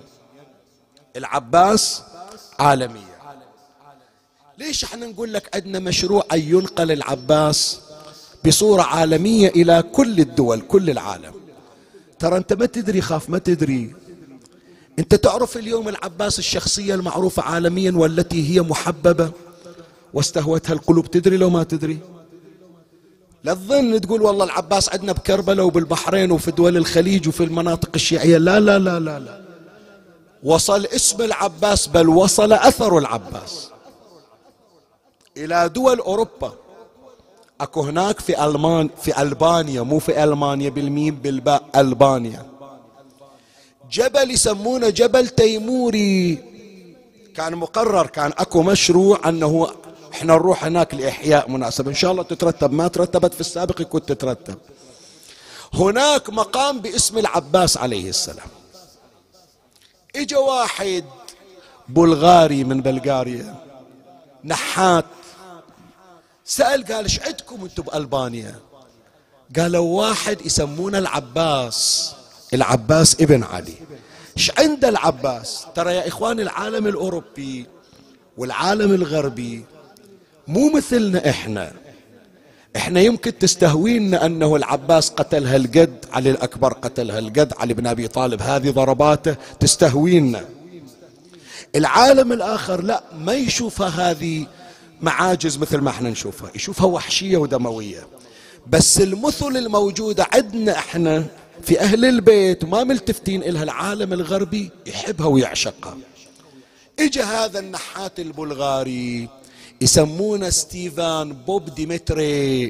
العباس عالميا. ليش احنا نقول لك عندنا مشروع أن ينقل العباس بصورة عالمية إلى كل الدول كل العالم؟ ترى أنت ما تدري، خاف ما تدري. أنت تعرف اليوم العباس الشخصية المعروفة عالميا والتي هي محببة واستهوتها القلوب، تدري لو ما تدري؟ لا تظن تقول والله العباس عندنا بكربلاء وبالبحرين وفي دول الخليج وفي المناطق الشيعية. لا لا لا لا لا، وصل اسم العباس، بل وصل أثر العباس إلى دول أوروبا. أكو هناك في ألبانيا، مو في ألمانيا بالميم بالباء، ألبانيا، جبل يسمونه جبل تيموري. كان مقرر، كان أكو مشروع أنه احنا نروح هناك لإحياء مناسبة، إن شاء الله تترتب، ما ترتبت في السابق كنت تترتب. هناك مقام باسم العباس عليه السلام. اجا واحد بلغاري من بلغاريا، نحات، سأل قال ايش عندكم انتم بألبانيا؟ قالوا واحد يسمونه العباس، العباس ابن علي. ايش عند العباس؟ ترى يا اخواني العالم الاوروبي والعالم الغربي مو مثلنا احنا يمكن تستهوينا انه العباس قتل هالقد، علي الاكبر قتل هالقد، علي بن ابي طالب هذه ضرباته تستهوينا. العالم الاخر لا، ما يشوفها هذه معاجز مثل ما احنا نشوفها، يشوفها وحشية ودموية. بس المثل الموجودة عندنا احنا في اهل البيت ما ملتفتين الها، العالم الغربي يحبها ويعشقها. اجا هذا النحات البلغاري يسمونه ستيفان بوب ديمتري،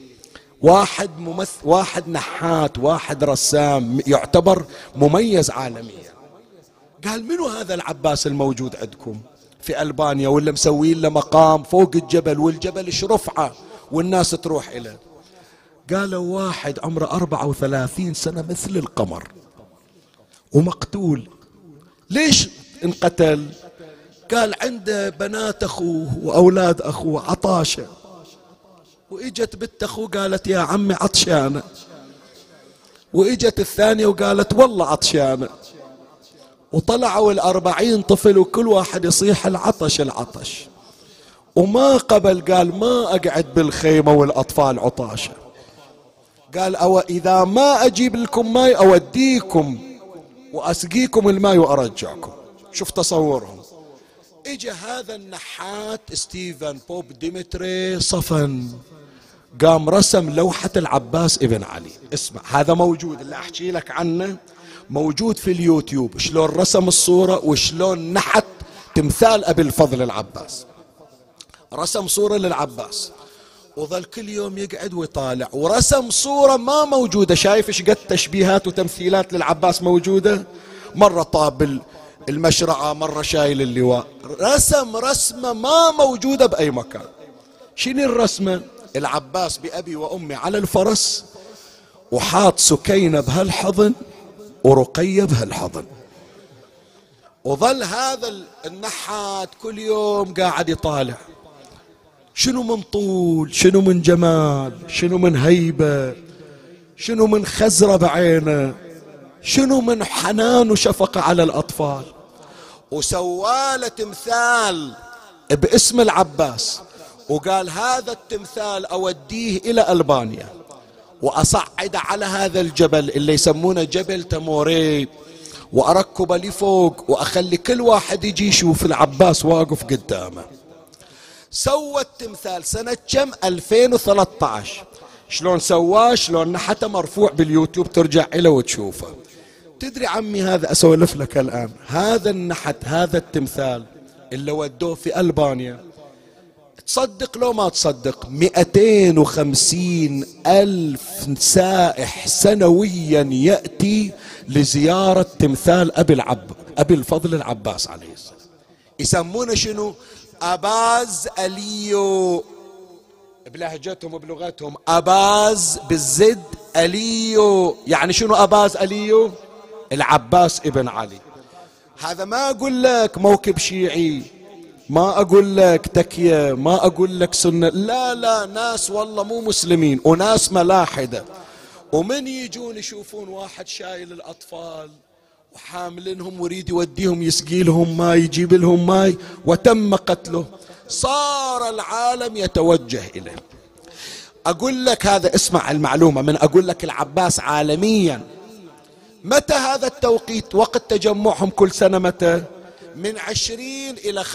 واحد نحات، واحد رسام، يعتبر مميز عالميا. قال منو هذا العباس الموجود عندكم في ألبانيا ولا مسوين له مقام فوق الجبل، والجبل ايش رفعه والناس تروح إليه؟ قالوا واحد عمره 34 سنة مثل القمر ومقتول. ليش انقتل؟ قال عنده بنات أخوه وأولاد أخوه عطاشة، وإجت بنت أخوه قالت يا عمي عطشانة، وإجت الثانية وقالت والله عطشانة، وطلعوا 40 طفل وكل واحد يصيح العطش العطش، وما قبل قال ما أقعد بالخيمة والأطفال عطاشة. قال إذا ما أجيب لكم ماء أوديكم وأسقيكم الماء وأرجعكم. شوف تصورهم. إجا هذا النحات ستيفان بوب ديمتري صفن، قام رسم لوحة العباس ابن علي. اسمع، هذا موجود، اللي أحكي لك عنه موجود في اليوتيوب، شلون رسم الصورة وشلون نحت تمثال أبي الفضل العباس. رسم صورة للعباس وظل كل يوم يقعد ويطالع، ورسم صورة ما موجودة. شايف ايش قد تشبيهات وتمثيلات للعباس موجودة؟ مرة طاب المشرعة، مرة شايل اللواء، رسم رسمة ما موجودة بأي مكان. شنو الرسمة؟ العباس بأبي وأمي على الفرس، وحاط سكينة بهالحضن ورقية بهالحضن، وظل هذا النحات كل يوم قاعد يطالع شنو من طول، شنو من جمال، شنو من هيبة، شنو من خزرة بعينه، شنو من حنان وشفقة على الأطفال. وسواله تمثال باسم العباس، وقال هذا التمثال أوديه إلى ألبانيا وأصعد على هذا الجبل اللي يسمونه جبل تموري، وأركبه لفوق وأخلي كل واحد يجي يشوف العباس واقف قدامه. سوى التمثال سنة كم؟ 2013. شلون سواه؟ شلون نحته؟ مرفوع باليوتيوب، ترجع إليه وتشوفه. تدري عمي هذا أسولف لك الآن، هذا النحت، هذا التمثال اللي ودوه في ألبانيا، تصدق لو ما تصدق 250 ألف سائح سنويا يأتي لزيارة تمثال أبي الفضل العباس عليه السلام. يسمونه شنو؟ أباز أليو، بلهجتهم وبلغتهم أباز بالزد أليو. يعني شنو أباز أليو؟ العباس ابن علي. هذا ما أقول لك موكب شيعي، ما أقول لك تكية، ما أقول لك سنة، لا لا، ناس والله مو مسلمين وناس ملاحدة، ومن يجون يشوفون واحد شايل الأطفال وحاملينهم ويريد يوديهم يسقي لهم ماي، يجيب لهم ماي، وتم قتله، صار العالم يتوجه إليه. أقول لك هذا، اسمع المعلومة من أقول لك العباس عالميا. متى هذا التوقيت؟ وقت تجمعهم كل سنة. متى؟ من 20 إلى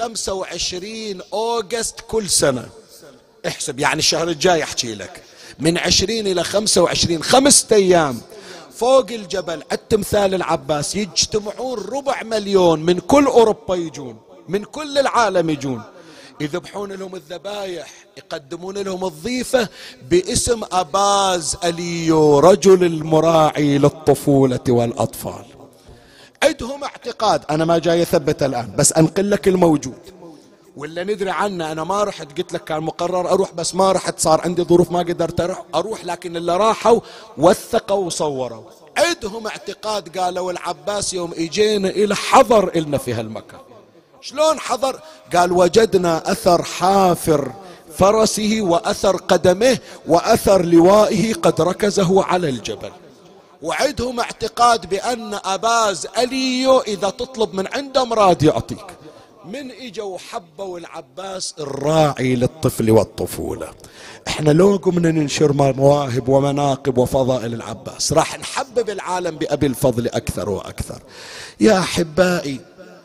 25 أوغست كل سنة. احسب يعني الشهر الجاي أحكي لك، من 20 إلى 25، 5 أيام فوق الجبل التمثال العباس يجتمعون 4 مليون من كل أوروبا، يجون من كل العالم، يجون يذبحون لهم الذبايح، يقدمون لهم الضيفة باسم أباز أليو، رجل المراعي للطفولة والأطفال. عندهم اعتقاد، أنا ما جاي أثبت الآن، بس أنقل لك الموجود ولا ندري عنه. أنا ما رحت، قلت لك كان مقرر أروح بس ما رحت، صار عندي ظروف ما قدرت أروح، لكن اللي راحوا وثقوا وصوروا. عندهم اعتقاد، قالوا العباس يوم إجينا إلى حضر إلنا في هالمكان. شلون حضر؟ قال وجدنا أثر حافر فرسه وأثر قدمه وأثر لوائه قد ركزه على الجبل. وعندهم اعتقاد بأن أباز أليو إذا تطلب من عنده مراد يعطيك. من اجوا حبوا العباس الراعي للطفل والطفولة. احنا لو قمنا ننشر مواهب ومناقب وفضائل العباس راح نحبب العالم بأبي الفضل أكثر وأكثر. يا أحبائي،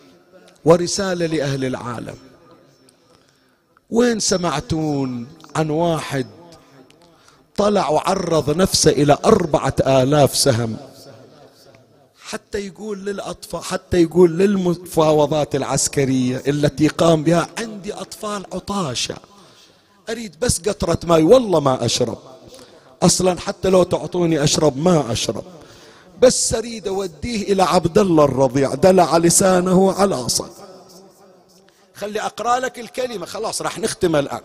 ورسالة لأهل العالم، وين سمعتون عن واحد طلع وعرض نفسه إلى 4000 سهم حتى يقول للأطفال، حتى يقول للمفاوضات العسكرية التي قام بها عندي أطفال عطاشة أريد بس قطرة ماء والله ما أشرب، أصلا حتى لو تعطوني أشرب ما أشرب، بس أريد أوديه إلى عبد الله الرضيع دلع لسانه على عصا. خلي أقرأ لك الكلمة، خلاص راح نختم الآن.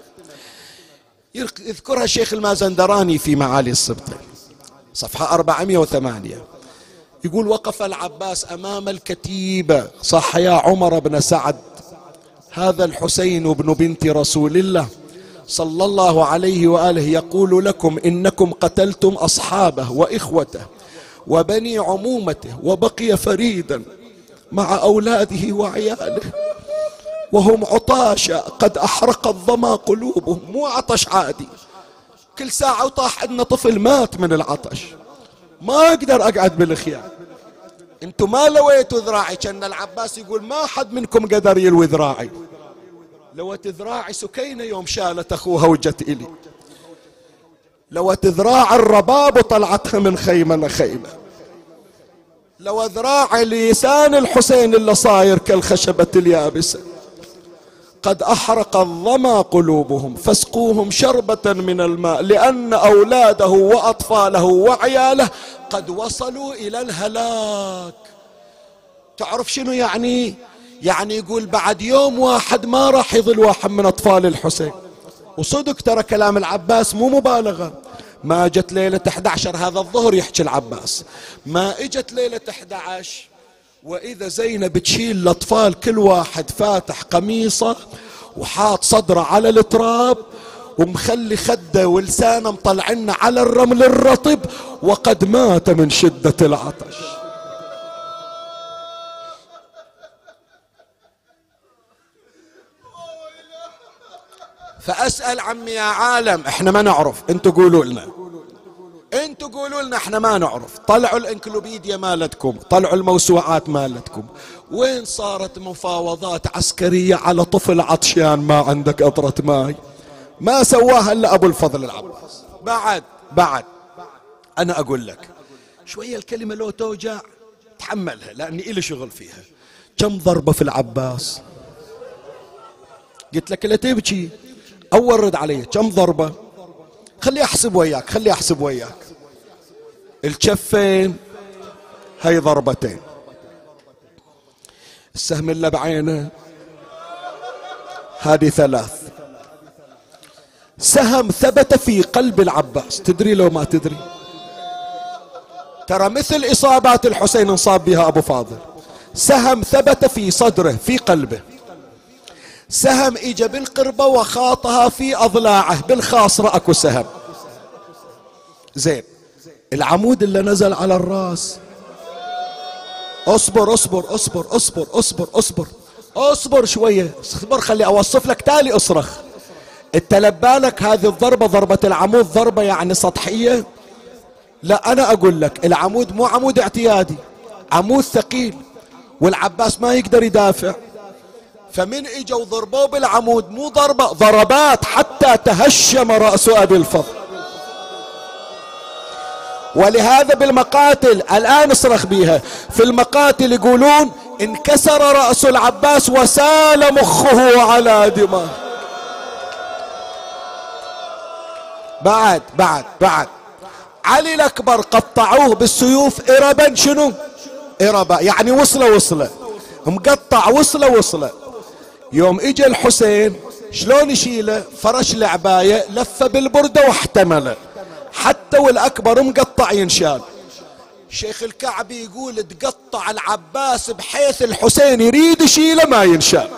يذكرها الشيخ المازندراني في معالي السبطين صفحة 408، يقول وقف العباس أمام الكتيبة، صح يا عمر بن سعد، هذا الحسين بن بنت رسول الله صلى الله عليه وآله يقول لكم إنكم قتلتم أصحابه وإخوته وبني عمومته، وبقي فريدا مع أولاده وعياله وهم عطاشا قد أحرق الظما قلوبهم. مو عطش عادي، كل ساعة وطاح عندنا طفل مات من العطش، ما أقدر أقعد بالخيام. انتم ما لويتوا ذراعي، كان العباس يقول ما حد منكم قدر يلوي ذراعي. لوت ذراعي سكينة يوم شالت أخوها وجت إلي، لوت ذراع الرباب وطلعتها من خيمة لخيمة، لو ذراع لسان الحسين اللي صاير كالخشبة اليابسة. قد أحرق الظما قلوبهم فاسقوهم شربة من الماء لأن أولاده وأطفاله وعياله قد وصلوا إلى الهلاك. تعرف شنو يعني؟ يعني يقول بعد يوم واحد ما راح يظل واحد من أطفال الحسين. وصدق ترى كلام العباس مو مبالغة. ما جت ليلة 11 هذا الظهر يحكي العباس، ما اجت ليلة 11 وإذا زينب تشيل الأطفال كل واحد فاتح قميصه وحاط صدره على التراب ومخلي خده ولسانه مطلعنا على الرمل الرطب وقد مات من شدة العطش. فأسأل عمي يا عالم، احنا ما نعرف، انتوا قولوا لنا، انتوا قولوا لنا، احنا ما نعرف. طلعوا الانكلوبيديا مالتكم، طلعوا الموسوعات مالتكم، وين صارت مفاوضات عسكرية على طفل عطشان ما عندك قطرة ماي؟ ما سواها الا ابو الفضل العباس. بعد انا اقول لك شوية الكلمة لو توجع تحملها لاني الي شغل فيها. كم ضربة في العباس؟ قلت لك لا تبكي، اول رد علي كم ضربة؟ خلي احسب وياك. الكفين هاي ضربتين، السهم اللي بعينه هذه 3. سهم ثبت في قلب العباس، تدري لو ما تدري؟ ترى مثل اصابات الحسين انصاب بها ابو فاضل. سهم ثبت في صدره في قلبه، سهم اجى بالقربة وخاطها في اضلاعه، بالخاصرة اكو سهم. زين، العمود اللي نزل على الراس، اصبر شوية، اصبر خلي اوصف لك تالي اصرخ. انت لبالك هذه الضربة ضربة العمود ضربة يعني سطحية؟ لا، انا اقول لك العمود مو عمود اعتيادي، عمود ثقيل، والعباس ما يقدر يدافع. فمن اجوا ضربوه بالعمود مو ضربات حتى تهشم رأس ابي الفضل. ولهذا بالمقاتل الآن اصرخ بيها، في المقاتل يقولون انكسر رأس العباس وسال مخه على دماغه. بعد علي الأكبر قطعوه بالسيوف إربا. شنو إربا؟ يعني وصلة مقطع وصلة. يوم اجى الحسين شلون يشيله؟ فرش العباية، لفه بالبردة واحتمله، حتى والأكبر مقطع ينشال. شيخ الكعبي يقول تقطع العباس بحيث الحسين يريد يشيله ما ينشال.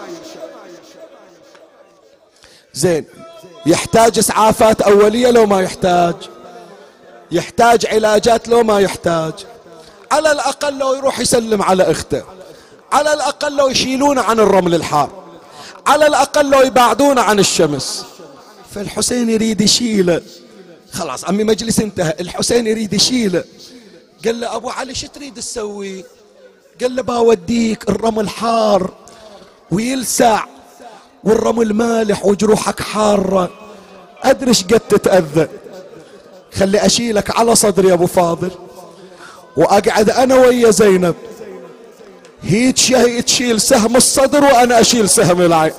زين، يحتاج اسعافات اولية لو ما يحتاج؟ يحتاج علاجات لو ما يحتاج؟ على الاقل لو يروح يسلم على اخته، على الاقل لو يشيلونه عن الرمل الحار، على الاقل لو يبعدونه عن الشمس. فالحسين يريد يشيله، خلاص عمي مجلس انتهى، الحسين يريد يشيله. قال له ابو علي شو تريد تسوي؟ قال له باوديك الرمل حار ويلسع والرمل مالح وجروحك حارة، ادري ايش قد تتأذى، خلي اشيلك على صدري يا ابو فاضل واقعد انا ويا زينب، هي تشيل سهم الصدر وانا اشيل سهم العين.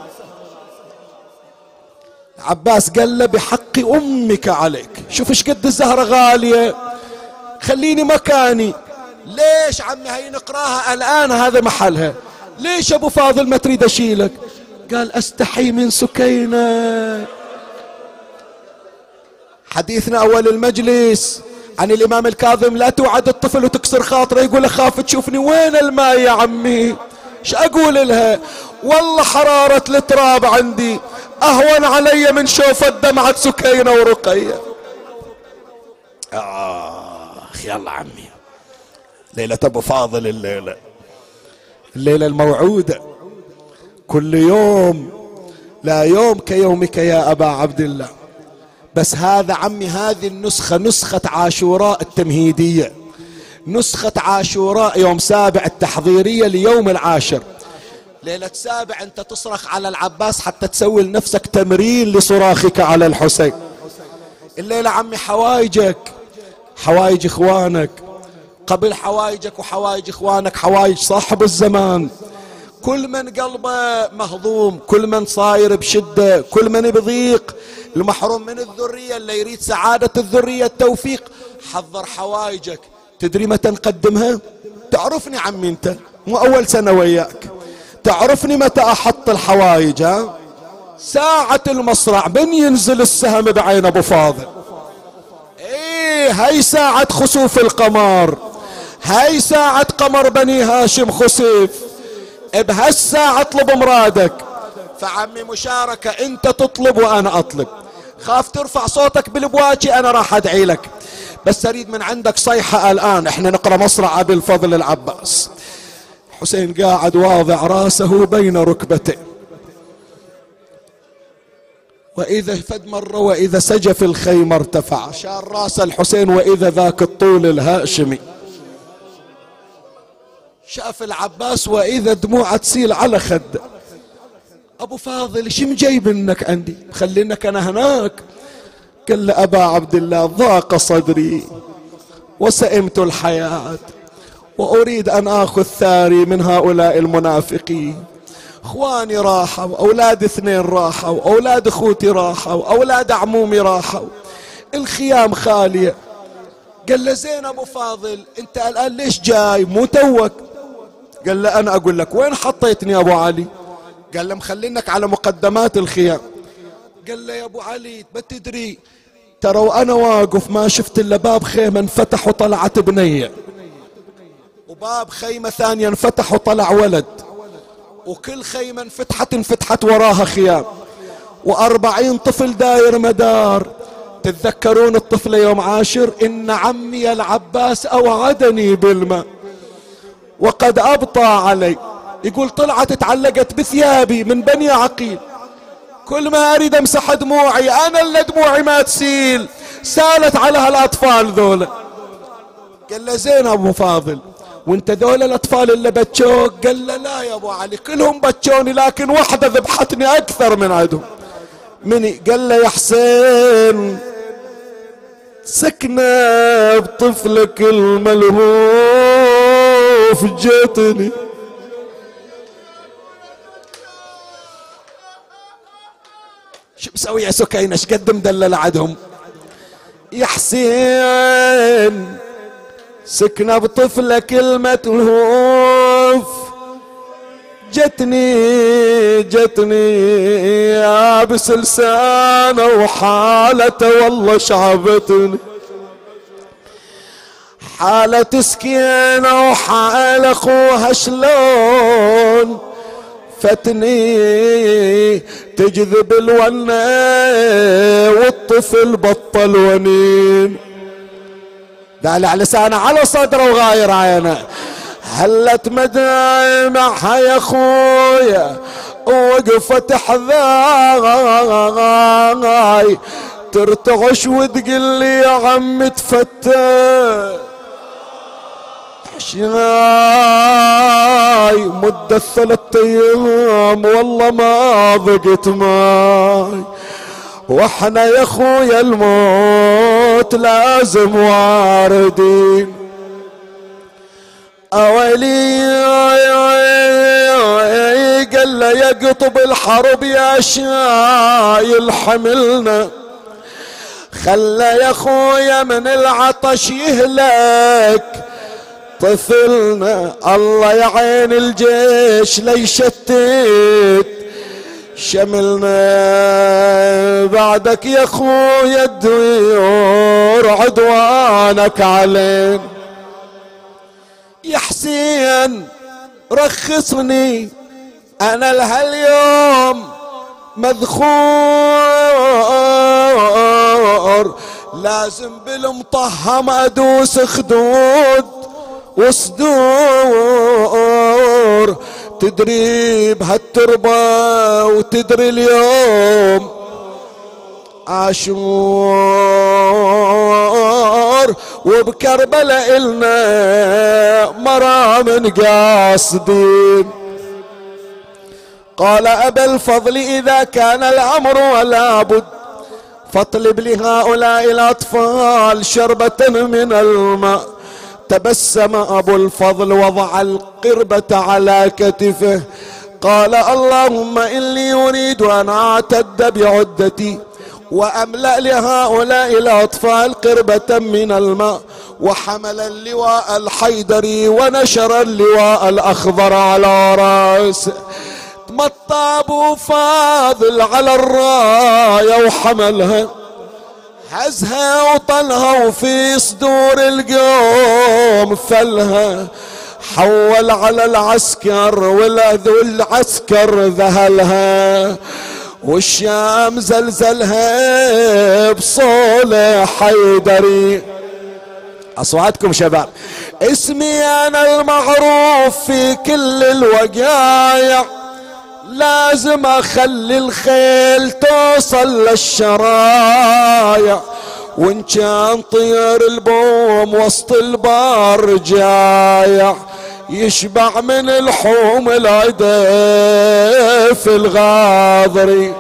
عباس قال له بحق امك عليك، شوف ايش قد الزهرة غالية، خليني مكاني. ليش عمي هي نقراها الان هذا محلها، ليش ابو فاضل ما تريد اشيلك؟ قال استحي من سكينة. حديثنا اول المجلس عن الامام الكاظم، لا توعد الطفل وتكسر خاطره، يقول اخاف تشوفني وين الماء يا عمي، ايش اقول لها؟ والله حرارة التراب عندي اهون علي من شوفة دمعة سكينة ورقية. يلا عمي، ليلة ابو فاضل، الليلة الموعودة، كل يوم لا يوم كيومك يا ابا عبد الله. بس هذا عمي هذه النسخة، نسخة عاشوراء التمهيدية، نسخة عاشوراء يوم 7 التحضيرية ليوم 10. ليلة 7 انت تصرخ على العباس حتى تسوي لنفسك تمرين لصراخك على الحسين. الليلة عمي حوايجك، حوايج اخوانك، قبل حوايجك وحوايج اخوانك حوايج صاحب الزمان. كل من قلبه مهضوم، كل من صاير بشدة، كل من بضيق، المحروم من الذرية، اللي يريد سعادة الذرية التوفيق، حضر حوايجك. تدري متى نقدمها؟ تعرفني عمي انت، مو اول سنة وياك، تعرفني متى احط الحوايج؟ ها؟ ساعة المصرع، من ينزل السهم بعين ابو فاضل، ايه هاي ساعة خسوف القمر، هاي ساعة قمر بني هاشم خسف، بهالساعة اطلب مرادك. فعمي مشاركة، انت تطلب وانا اطلب. خاف ترفع صوتك بالبواكي انا راح ادعي لك، بس اريد من عندك صيحة الان. احنا نقرأ مصرع ابي الفضل العباس. حسين قاعد واضع راسه بين ركبتيه، واذا فد مرة واذا سجف الخيمة ارتفع، شال راس الحسين واذا ذاك الطول الهاشمي. شاف العباس واذا دموعه تسيل على خده. ابو فاضل شو مجيب انك عندي؟ خلينك انا هناك. قال له ابا عبد الله ضاق صدري وسئمت الحياة واريد ان اخذ ثاري من هؤلاء المنافقين. اخواني راحوا، اولاد اثنين راحوا، اولاد اخوتي راحوا، اولاد عمومي راحوا، الخيام خالية. قال له زين ابو فاضل انت الان ليش جاي مو توك؟ قال له انا اقول لك وين حطيتني يا ابو علي؟ قال له مخلينك على مقدمات الخيام. قال له يا ابو علي بتدري ترى وانا واقف ما شفت الا باب خيمه انفتح وطلعت بنيه، وباب خيمه ثانيه انفتح وطلع ولد، وكل خيمه انفتحت وراها خيام، و40 طفل داير مدار. تتذكرون الطفل يوم عاشر؟ ان عمي العباس اوعدني بالماء وقد ابطى علي. يقول طلعت اتعلقت بثيابي من بني عقيل، كل ما اريد امسح دموعي انا اللي دموعي ما تسيل، سالت على هالاطفال ذولا. قال له زين ابو فاضل وانت ذولا الاطفال اللي بتشوك؟ قال له لا يا ابو علي كلهم بتشوني لكن واحدة ذبحتني اكثر من عدهم. مني؟ قال له يا حسين سكنة بطفلك الملهوف جتني. شو مسوي يا سكينة؟ ايش قد مدلل عدهم؟ يا حسين سكنة بطفلك الملهوف جتني يابس لسانه وحالته والله شعبتني، حالة سكينة وحال اخوها شلون فتني تجذب الونة والطفل بطل ونين. دال على لسانه على صدره وغاير عينه. هلت مدامعها يا خويا وقفت حذاي ترتعش وتقول لي يا عم تفتى شاي مدة 3 أيام والله ما ضقت ماي، واحنا يا خويا الموت لازم واردين. اويلي قال له يا قطب الحرب يا شايل حملنا، خلى يا خويا من العطش يهلك طفلنا، الله يعين الجيش ليشتت شملنا. بعدك يا خويا الديور عدوانك علينا. يا حسين رخصني انا لهاليوم مذخور، لازم بالمطهم ادوس خدود وصدور، تدري بهالتربة وتدري اليوم عاشور، وبكربلاء إلنا مرا من قاصدين. قال أبا الفضل إذا كان الأمر ولا بد فاطلب لهؤلاء الأطفال شربة من الماء. تبسم أبو الفضل وضع القربة على كتفه قال اللهم إني أريد أن أعتد بعدتي وأملأ لهؤلاء الأطفال قربة من الماء. وحمل اللواء الحيدري ونشر اللواء الأخضر على رأسه. تمطى أبو فاضل على الراية وحملها هزها وطلها وفي صدور القوم فلها، حول على العسكر والعسكر ذهلها، والشام زلزلها بصولة حيدري. أصواتكم شباب. اسمي أنا المعروف في كل الوقايع، لازم أخلي الخيل توصل للشرايع، وإن كان طير البوم وسط البار جايع، يشبع من الحوم العدا في الغاضري.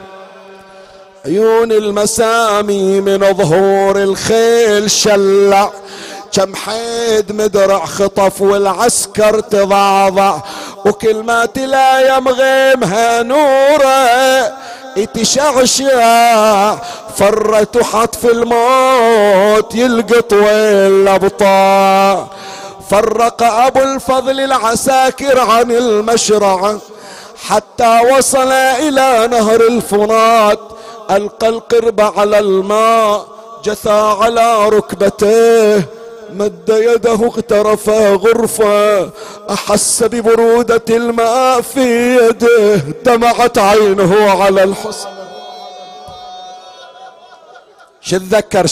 عيون المسامي من ظهور الخيل شلع، كم حيد مدرع خطف والعسكر تضعضع، وكلمات لا يمغمها نوره يتشعشع، فرت وحط في الموت يلقط والابطاع. فرق ابو الفضل العساكر عن المشرع حتى وصل الى نهر الفرات، القى القرب على الماء جثى على ركبتيه، مد يده اغترف غرفة، احس ببرودة الماء في يده، دمعت عينه على الحسن. شو تذكر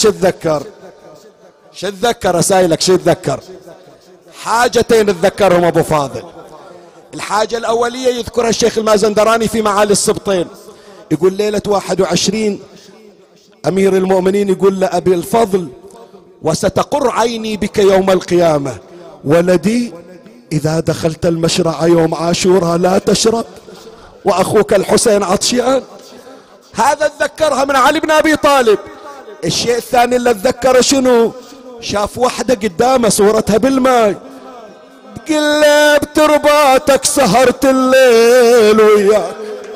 اسايلك شو تذكر؟ حاجتين تذكرهم ابو فاضل. الحاجة الاولية يذكرها الشيخ المازندراني في معالي السبطين، يقول ليلة 21 امير المؤمنين يقول لأبي الفضل: وستقر عيني بك يوم القيامة، ولدي إذا دخلت المشرع يوم عاشوراء لا تشرب، وأخوك الحسين عطشان. هذا تذكرها من علي بن أبي طالب. الشيء الثاني اللي تذكره شنو؟ شاف وحدة قدامه صورتها بالماء، تقلب ترباتك سهرت الليل وياك.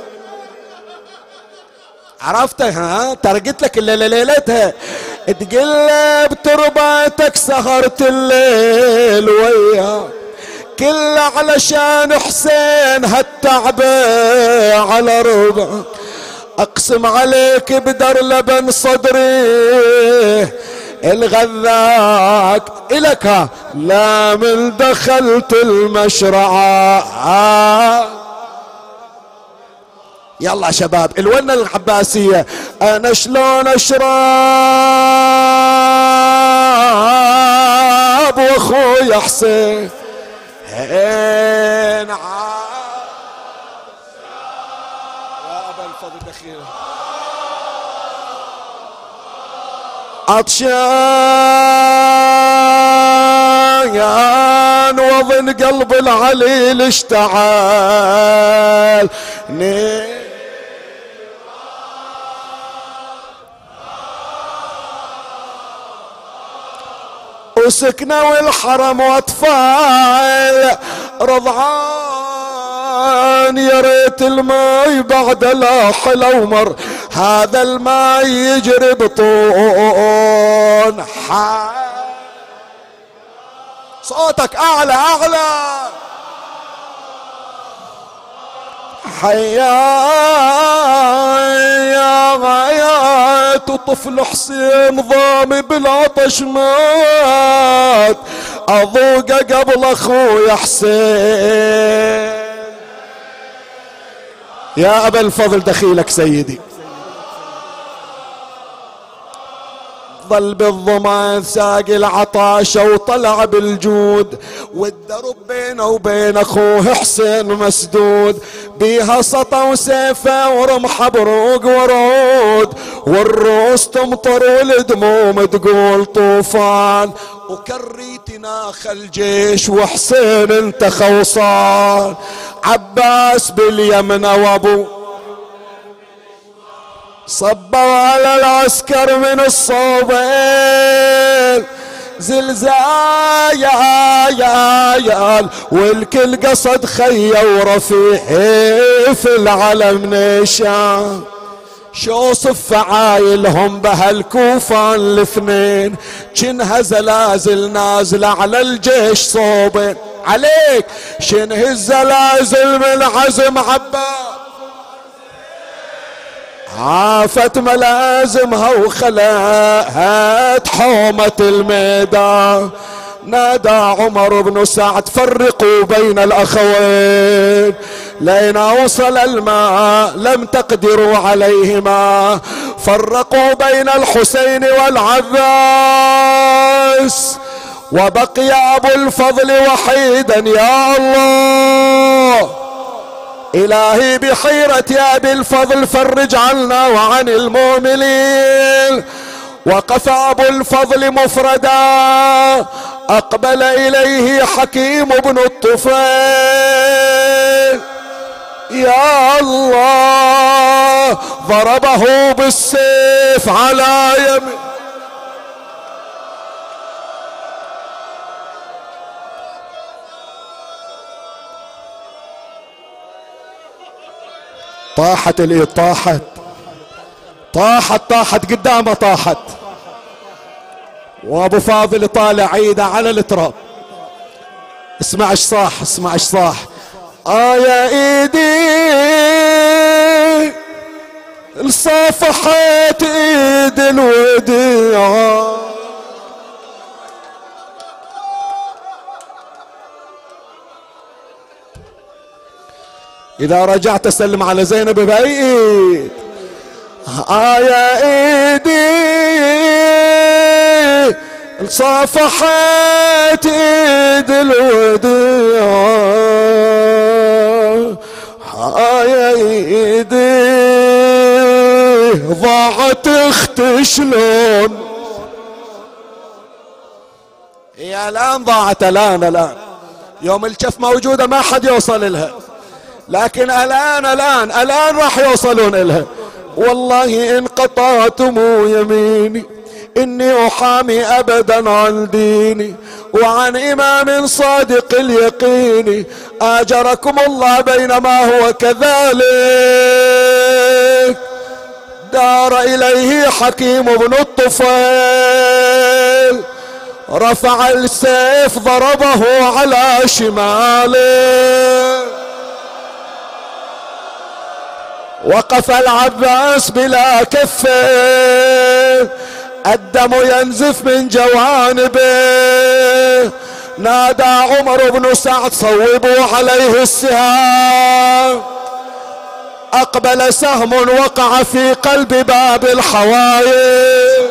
عرفتها؟ ترى قلت لك الليلة ليلتها، تقلب ترباتك سهرت الليل وياك، كله علشان حسين هالتعبة على ربعك. اقسم عليك بدر لبن صدري الغذاك الك لا من دخلت المشرعة. يلا شباب الونة العباسية. انا شلون اشرب واخويا حسين يا ابا الفضل دخيل عطشان وظن قلب العليل اشتعل وسكنوا الحرم واطفال رضعان، يا ريت الماي بعد لاح الأومر، هذا الماي يجري بطون صوتك اعلى اعلى. حيات وطفل حسين ضامي بالعطش مات، اذوقه قبل اخويا حسين. يا ابا الفضل دخيلك سيدي. ظل بالضمان ساقي العطاشة وطلع بالجود، والدرب بينه وبين اخوه حسين مسدود، بيها سطا وسيفه ورمحه بروق ورود، والروس تمطر والدموم تقول طوفان، وكريتنا الجيش وحسين انت خوصان، عباس باليمن وابو صبوا على العسكر من الصوبين زلزال، والكل قصد خيه ورفيع في العلم نشان، شوصف فعايلهم بهالكوفان الاثنين، شنها زلازل نازله على الجيش صوبين، عليك شنه الزلازل من عزم عباس عافت ملازمها وخلعت حومة الميدان. نادى عمر بن سعد فرقوا بين الأخوين، لين وصل الماء لم تقدروا عليهما، فرقوا بين الحسين والعباس، وبقي أبو الفضل وحيدا. يا الله إلهي بحيرة يا أبي الفضل فرج عنا وعن المؤمنين. وقف أبو الفضل مفردا، أقبل إليه حكيم بن الطفيل. يا الله ضربه بالسيف على يمين. طاحت الإيد، طاحت قدامه، طاحت. وابو فاضل طالع عيده على التراب. اسمع ايش صاح، اسمع ايش صاح. يا ايدي صافحت ايد الوديعة، اذا رجعت اسلم على زينب باي ايد. يا ايدي صافحت ايد الوديعة، يا ايدي ضاعت اختي شلون. يا الان ضاعت، الان يوم الكف موجودة ما حد يوصل لها، لكن الان راح يوصلون لها. والله إن قطعتم يميني إني أحامي أبدا عن ديني وعن إمام صادق اليقين، آجركم الله بينما هو كذلك. دار إليه حكيم بن الطفيل، رفع السيف ضربه على شماله. وقف العباس بلا كفه، الدم ينزف من جوانبه. نادى عمر بن سعد صوبوا عليه السهام. أقبل سهم وقع في قلب باب الحوايج.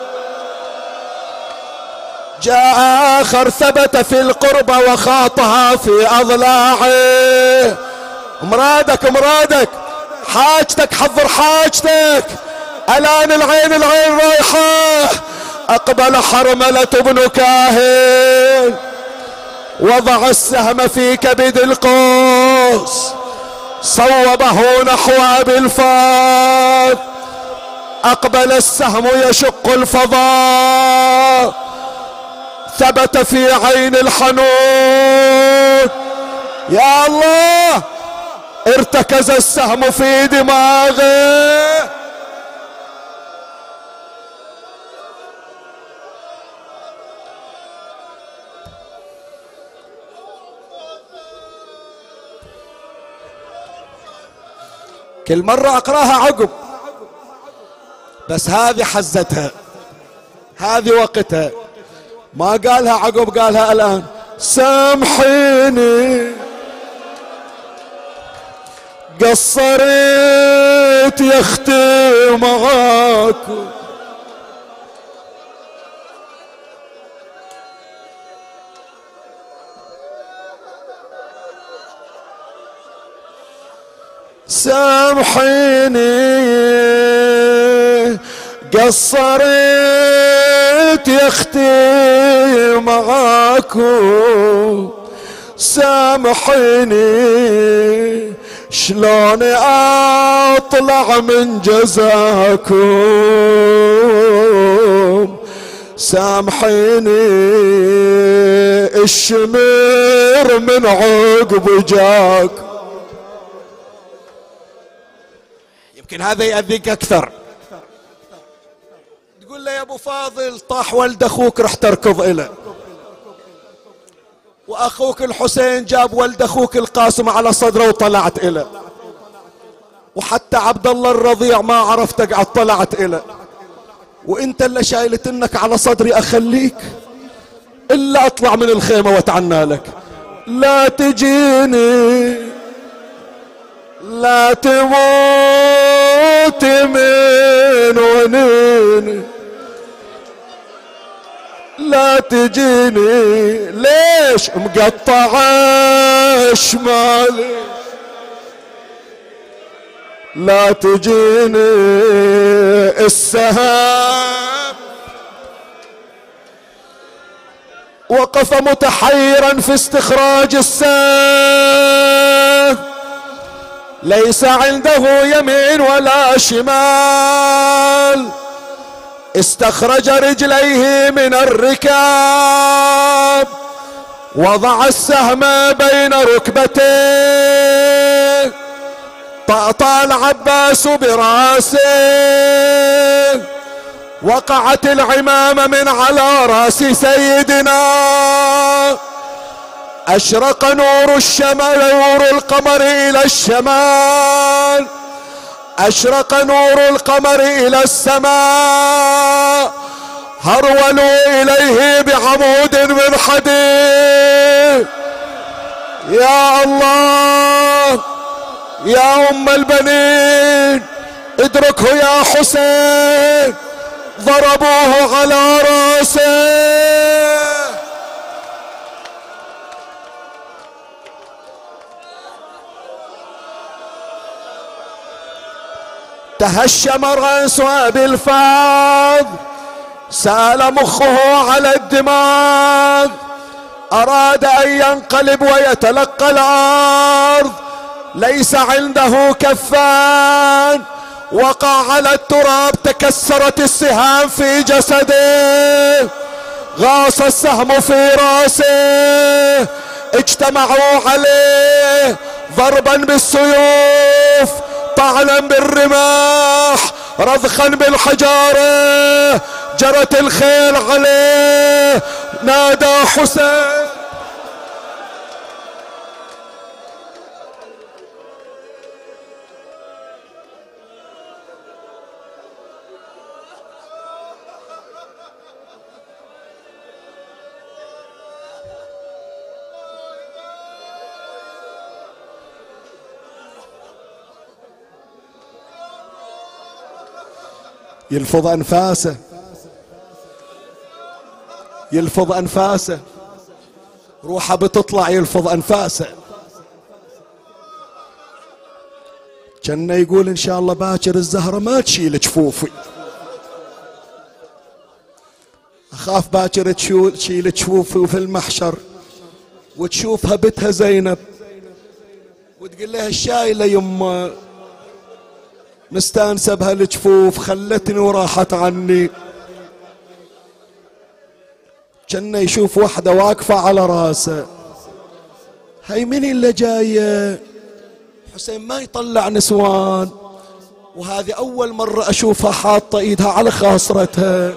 جاء آخر ثبت في القربة وخاطها في أضلاعه. مرادك حاجتك، حضر حاجتك، الان العين رايحة. اقبل حرملة بن كاهن، وضع السهم في كبد القوس، صوبه نحو ابي الفضل. اقبل السهم يشق الفضاء، ثبت في عين الحنون. يا الله ارتكز السهم في دماغه. كل مرة اقراها عقب، بس هذه حزتها، هذه وقتها. ما قالها عقب، قالها الان. سامحيني قصرت يا اختي معاكم، سامحيني قصرت يا اختي معاكم، سامحيني شلون اطلع من جزاكم، سامحيني الشمر من عقب جاك. يمكن هذا يأذيك اكثر. تقول له يا ابو فاضل طاح ولد اخوك رح تركض اله، واخوك الحسين جاب ولد اخوك القاسم على صدره وطلعت اله. وحتى عبد الله الرضيع ما عرفت اقعد طلعت إله، وانت اللي شايلت انك على صدري اخليك الا اطلع من الخيمة واتعنى لك. لا تجيني لا تموت من ونيني، لا تجيني ليش مقطعة شمالي، لا تجيني السهام. وقف متحيرا في استخراج السهم، ليس عنده يمين ولا شمال، استخرج رجليه من الركاب، وضع السهم بين ركبتيه، طأطأ العباس براسه، وقعت العمامة من على راس سيدنا، أشرق نور القمر إلى الشمال، أشرق نور القمر إلى السماء، هرولوا إليه بعمود من حديد. يا الله يا أم البنين ادركه يا حسين، ضربوه على راسه. تهشم رأسه بالفاض، سال مخه على الدماغ، أراد أن ينقلب ويتلقى الأرض، ليس عنده كفان، وقع على التراب، تكسرت السهام في جسده، غاص السهم في راسه، اجتمعوا عليه ضربا بالسيوف، طعنا بالرماح، رضخا بالحجارة، جرت الخيل عليه، نادى حسين. يلفظ أنفاسه، يلفظ أنفاسه، روحه بتطلع يلفظ أنفاسه. كان يقول إن شاء الله باكر الزهرة ما تشيل جفوفي، أخاف باكر تشيل جفوفي في المحشر وتشوفها بتها زينب وتقول لها الشايلة يما مستانسة بهالجفوف، خلتني وراحت عني. كان يشوف وحدة واقفة على راسه، هاي من اللي جاية؟ حسين ما يطلع نسوان، وهذه أول مرة أشوفها حاطة إيدها على خاصرتها.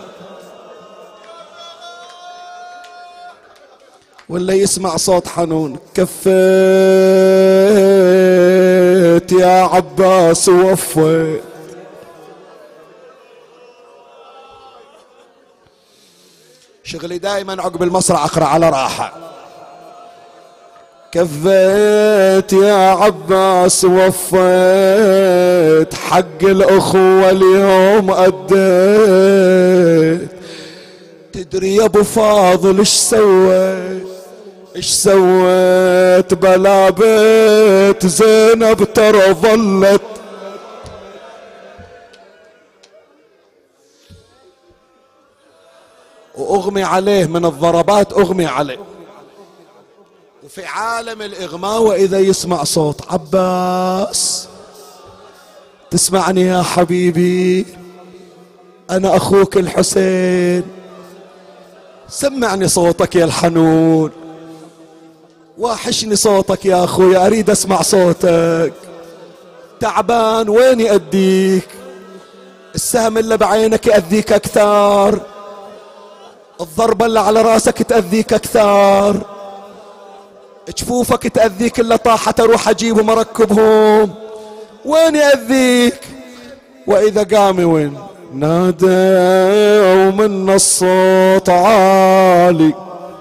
ولا يسمع صوت حنون، كفيت يا عباس ووفيت. شغلي دائما عقب المصرع اقرا على راحة، كفيت يا عباس ووفيت، حق الأخوة اليوم أديت. تدري يا ابو فاضل ايش سويت؟ ايش سويت؟ بلا بيت زينب ترى ظلت واغمي عليه من الضربات، اغمي عليه. وفي عالم الاغماء واذا يسمع صوت عباس، تسمعني يا حبيبي انا اخوك الحسين، سمعني صوتك يا الحنون، واحشني صوتك يا اخوي، اريد اسمع صوتك، تعبان وين يأديك؟ السهم اللي بعينك يأذيك اكثر، الضربة اللي على راسك تأذيك اكثر، جفوفك تأذيك، اللي طاحت اروح اجيبهم اركبهم، وين يأذيك؟ وإذا قام وين؟ نادى ومن الصوت عالي،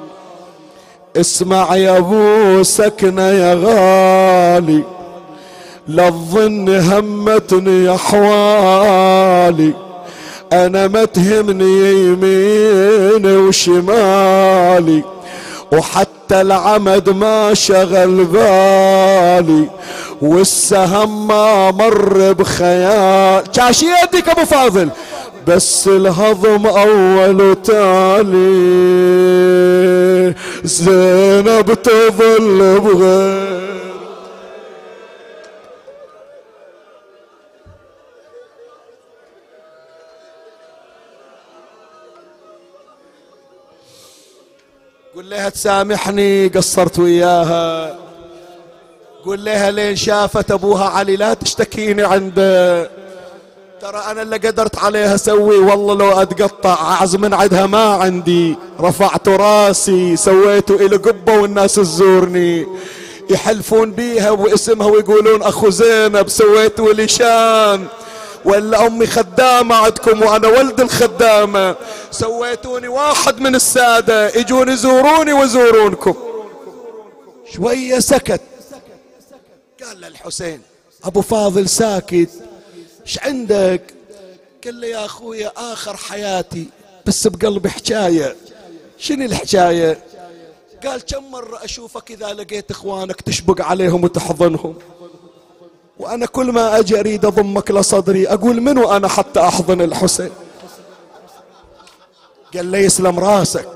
اسمع يا ابو سكنة يا غالي، لا تظن همتني احوالي، انا ما تهمني يميني وشمالي، وحتى العمد ما شغل بالي، والسهم ما مر بخيال. شاشي يديك ابو فاضل، بس الهضم اول تالي، زينب تظل بغير. قل لها تسامحني قصرت وياها، قل لها لين شافت ابوها علي لا تشتكيني عنده، ترى انا اللي قدرت عليها اسوي، والله لو اتقطع اعز من عدها ما عندي، رفعت راسي سويته الى قبه والناس تزورني يحلفون بيها واسمها ويقولون اخو زينب سويته لي شان، ولا امي خدامه عندكم وانا ولد الخدامه، سويتوني واحد من الساده يجون يزوروني ويزورونكم. شويه سكت، قال للحسين ابو فاضل ساكت، ايش عندك؟ قال لي يا اخويا اخر حياتي بس بقلبي حكايه. شنو الحكايه؟ قال كم مره اشوفك اذا لقيت اخوانك تشبق عليهم وتحضنهم، وانا كل ما اجي اريد اضمك لصدري اقول منو انا حتى احضن الحسين. قال لي يسلم راسك،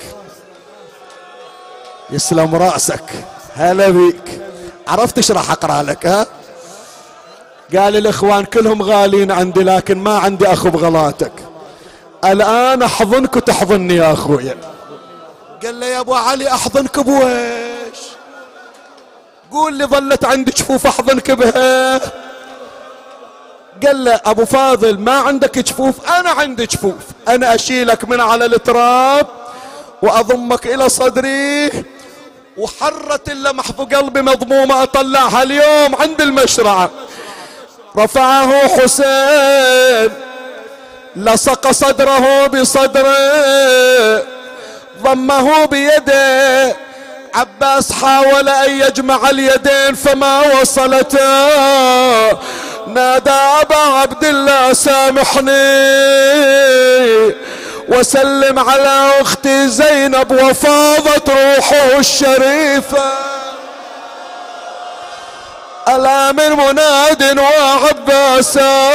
يسلم راسك، هلا بيك. عرفت ايش راح اقرا لك؟ ها؟ قال الاخوان كلهم غالين عندي لكن ما عندي اخو بغلاتك، الان احضنك وتحضني يا اخويا. قال لي يا ابو علي احضنك بويش؟ قول لي ظلت عندي جفوف احضنك بها. قال له ابو فاضل ما عندك جفوف، انا عندي جفوف، انا اشيلك من على التراب واضمك الى صدري، وحرة اللمح في قلبي مضمومة اطلعها اليوم عند المشرعة. رفعه حسين لصق صدره بصدره، ضمه بيده، عباس حاول ان يجمع اليدين فما وصلتا، نادى ابا عبد الله سامحني وسلم على اختي زينب وفاضت روحه الشريفه. ألا من مناد وعباسا،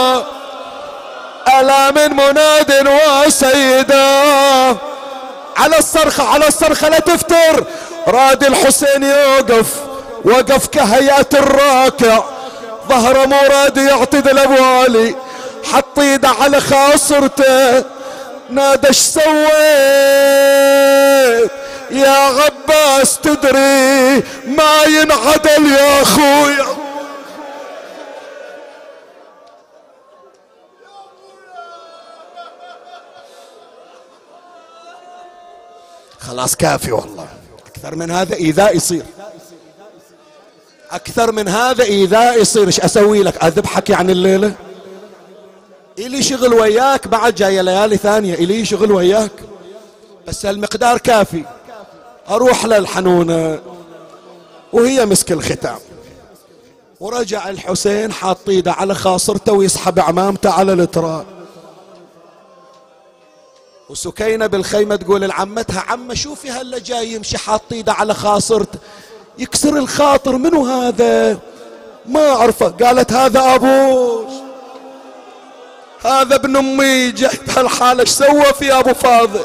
ألا من مناد وسيدا، على الصرخة على الصرخة لا تفتر. راد الحسين يوقف، وقف كهيئة الراكع، ظهره مو راد يعتدل ابو علي، حط ايده على خاصرته، نادى ايش سويت يا عباس؟ تدري ما ينعدل يا اخويا. خلاص كافي والله، اكثر من هذا ايذاء يصير، اكثر من هذا ايذاء يصير. ايش اسوي لك؟ اذبحك يعني الليله؟ الي شغل وياك، بعد جايه ليالي ثانيه الي شغل وياك، بس هالمقدار كافي. اروح للحنونه وهي مسك الختام. ورجع الحسين حاط ايده على خاصرته ويسحب عمامته على التراب. وسكينة بالخيمة تقول لعمتها عمة شوفي هلا جاي يمشي حاط ايده على خاصرته، يكسر الخاطر، منو هذا؟ ما اعرفه. قالت هذا ابوش، هذا ابن امي جاي بهالحالة، ايش سوى في ابو فاضل؟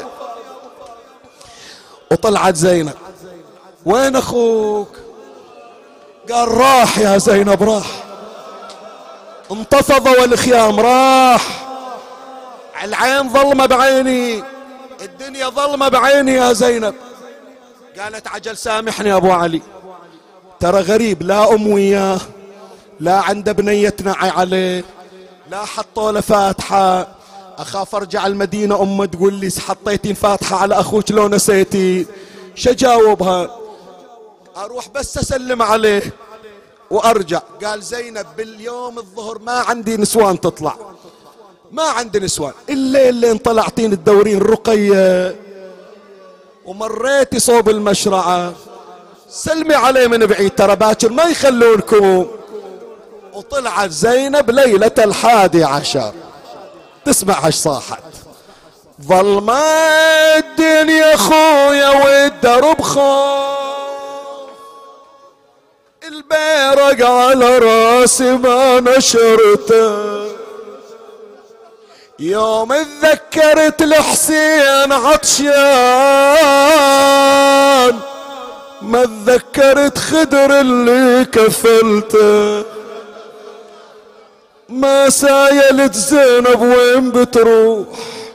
وطلعت زينب وين اخوك؟ قال راح يا زينب، راح، انتفض والخيام راح، العين ظلمة بعيني، الدنيا ظلمة بعيني يا زينب. قالت عجل سامحني يا ابو علي، ترى غريب، لا ام وياه، لا عنده بنية تنعي عليه، لا حطوا له فاتحة، اخاف ارجع المدينة امه تقول لي حطيتين فاتحة على اخوك لو نسيتي. شجاوبها؟ اروح بس اسلم عليه وأرجع. قال زينب باليوم الظهر ما عندي نسوان تطلع، ما عندي نسوان. الليل اللي طلعتين تدورين رقية ومريتي صوب المشرعة، سلمي عليه من بعيد ترى باكر ما يخلونكم. وطلعت زينب ليلة 11، تسمع ايش صاحت: ظلمة الدنيا خويا والدرب خاف، البيرق على راسي ما نشرته، يوم اتذكرت الحسين عطشان ما اتذكرت خدر اللي كفلته، ما سايلت زينب وين بتروح،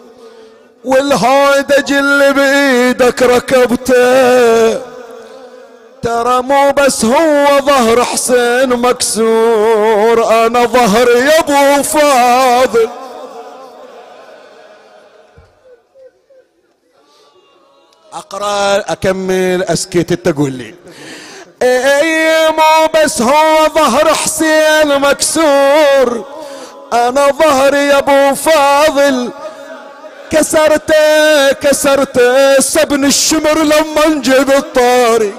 والهودج اللي بايدك ركبته، ترى مو بس هو ظهر حسين مكسور، انا ظهري يا ابو فاضل. اقرا اكمل اسكت تقول لي اي مو بس هو ظهر حسين مكسور، انا ظهري يا ابو فاضل كسرته سبن الشمر لما نجيب الطارق،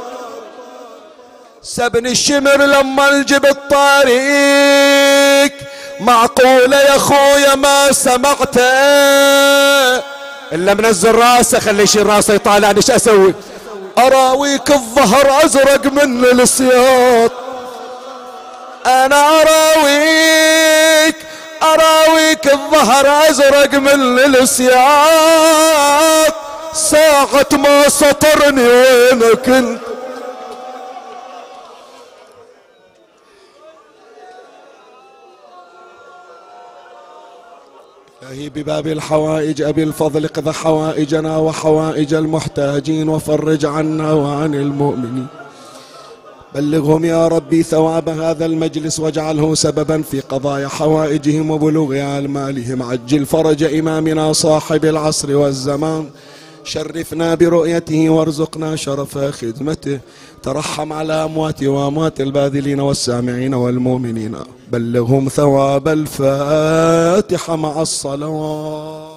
سبن الشمر لما نجيب الطارق، معقولة يا اخويا ما سمعته الا منزل راسه، خلي يشيل راسه يطالعني ايش اسوي؟ اراويك الظهر ازرق من السياط، انا اراويك الظهر ازرق من السياط، ساعة ما سطرني وينك انت. إلهي بباب الحوائج أبي الفضل اقض حوائجنا وحوائج المحتاجين وفرج عنا وعن المؤمنين، بلغهم يا ربي ثواب هذا المجلس واجعله سببا في قضاء حوائجهم وبلوغ آمالهم، عجل فرج إمامنا صاحب العصر والزمان، شرفنا برؤيته وارزقنا شرف خدمته، ترحم على أموات وأموات الباذلين والسامعين والمؤمنين، بلغهم ثواب الفاتحة مع الصلوات.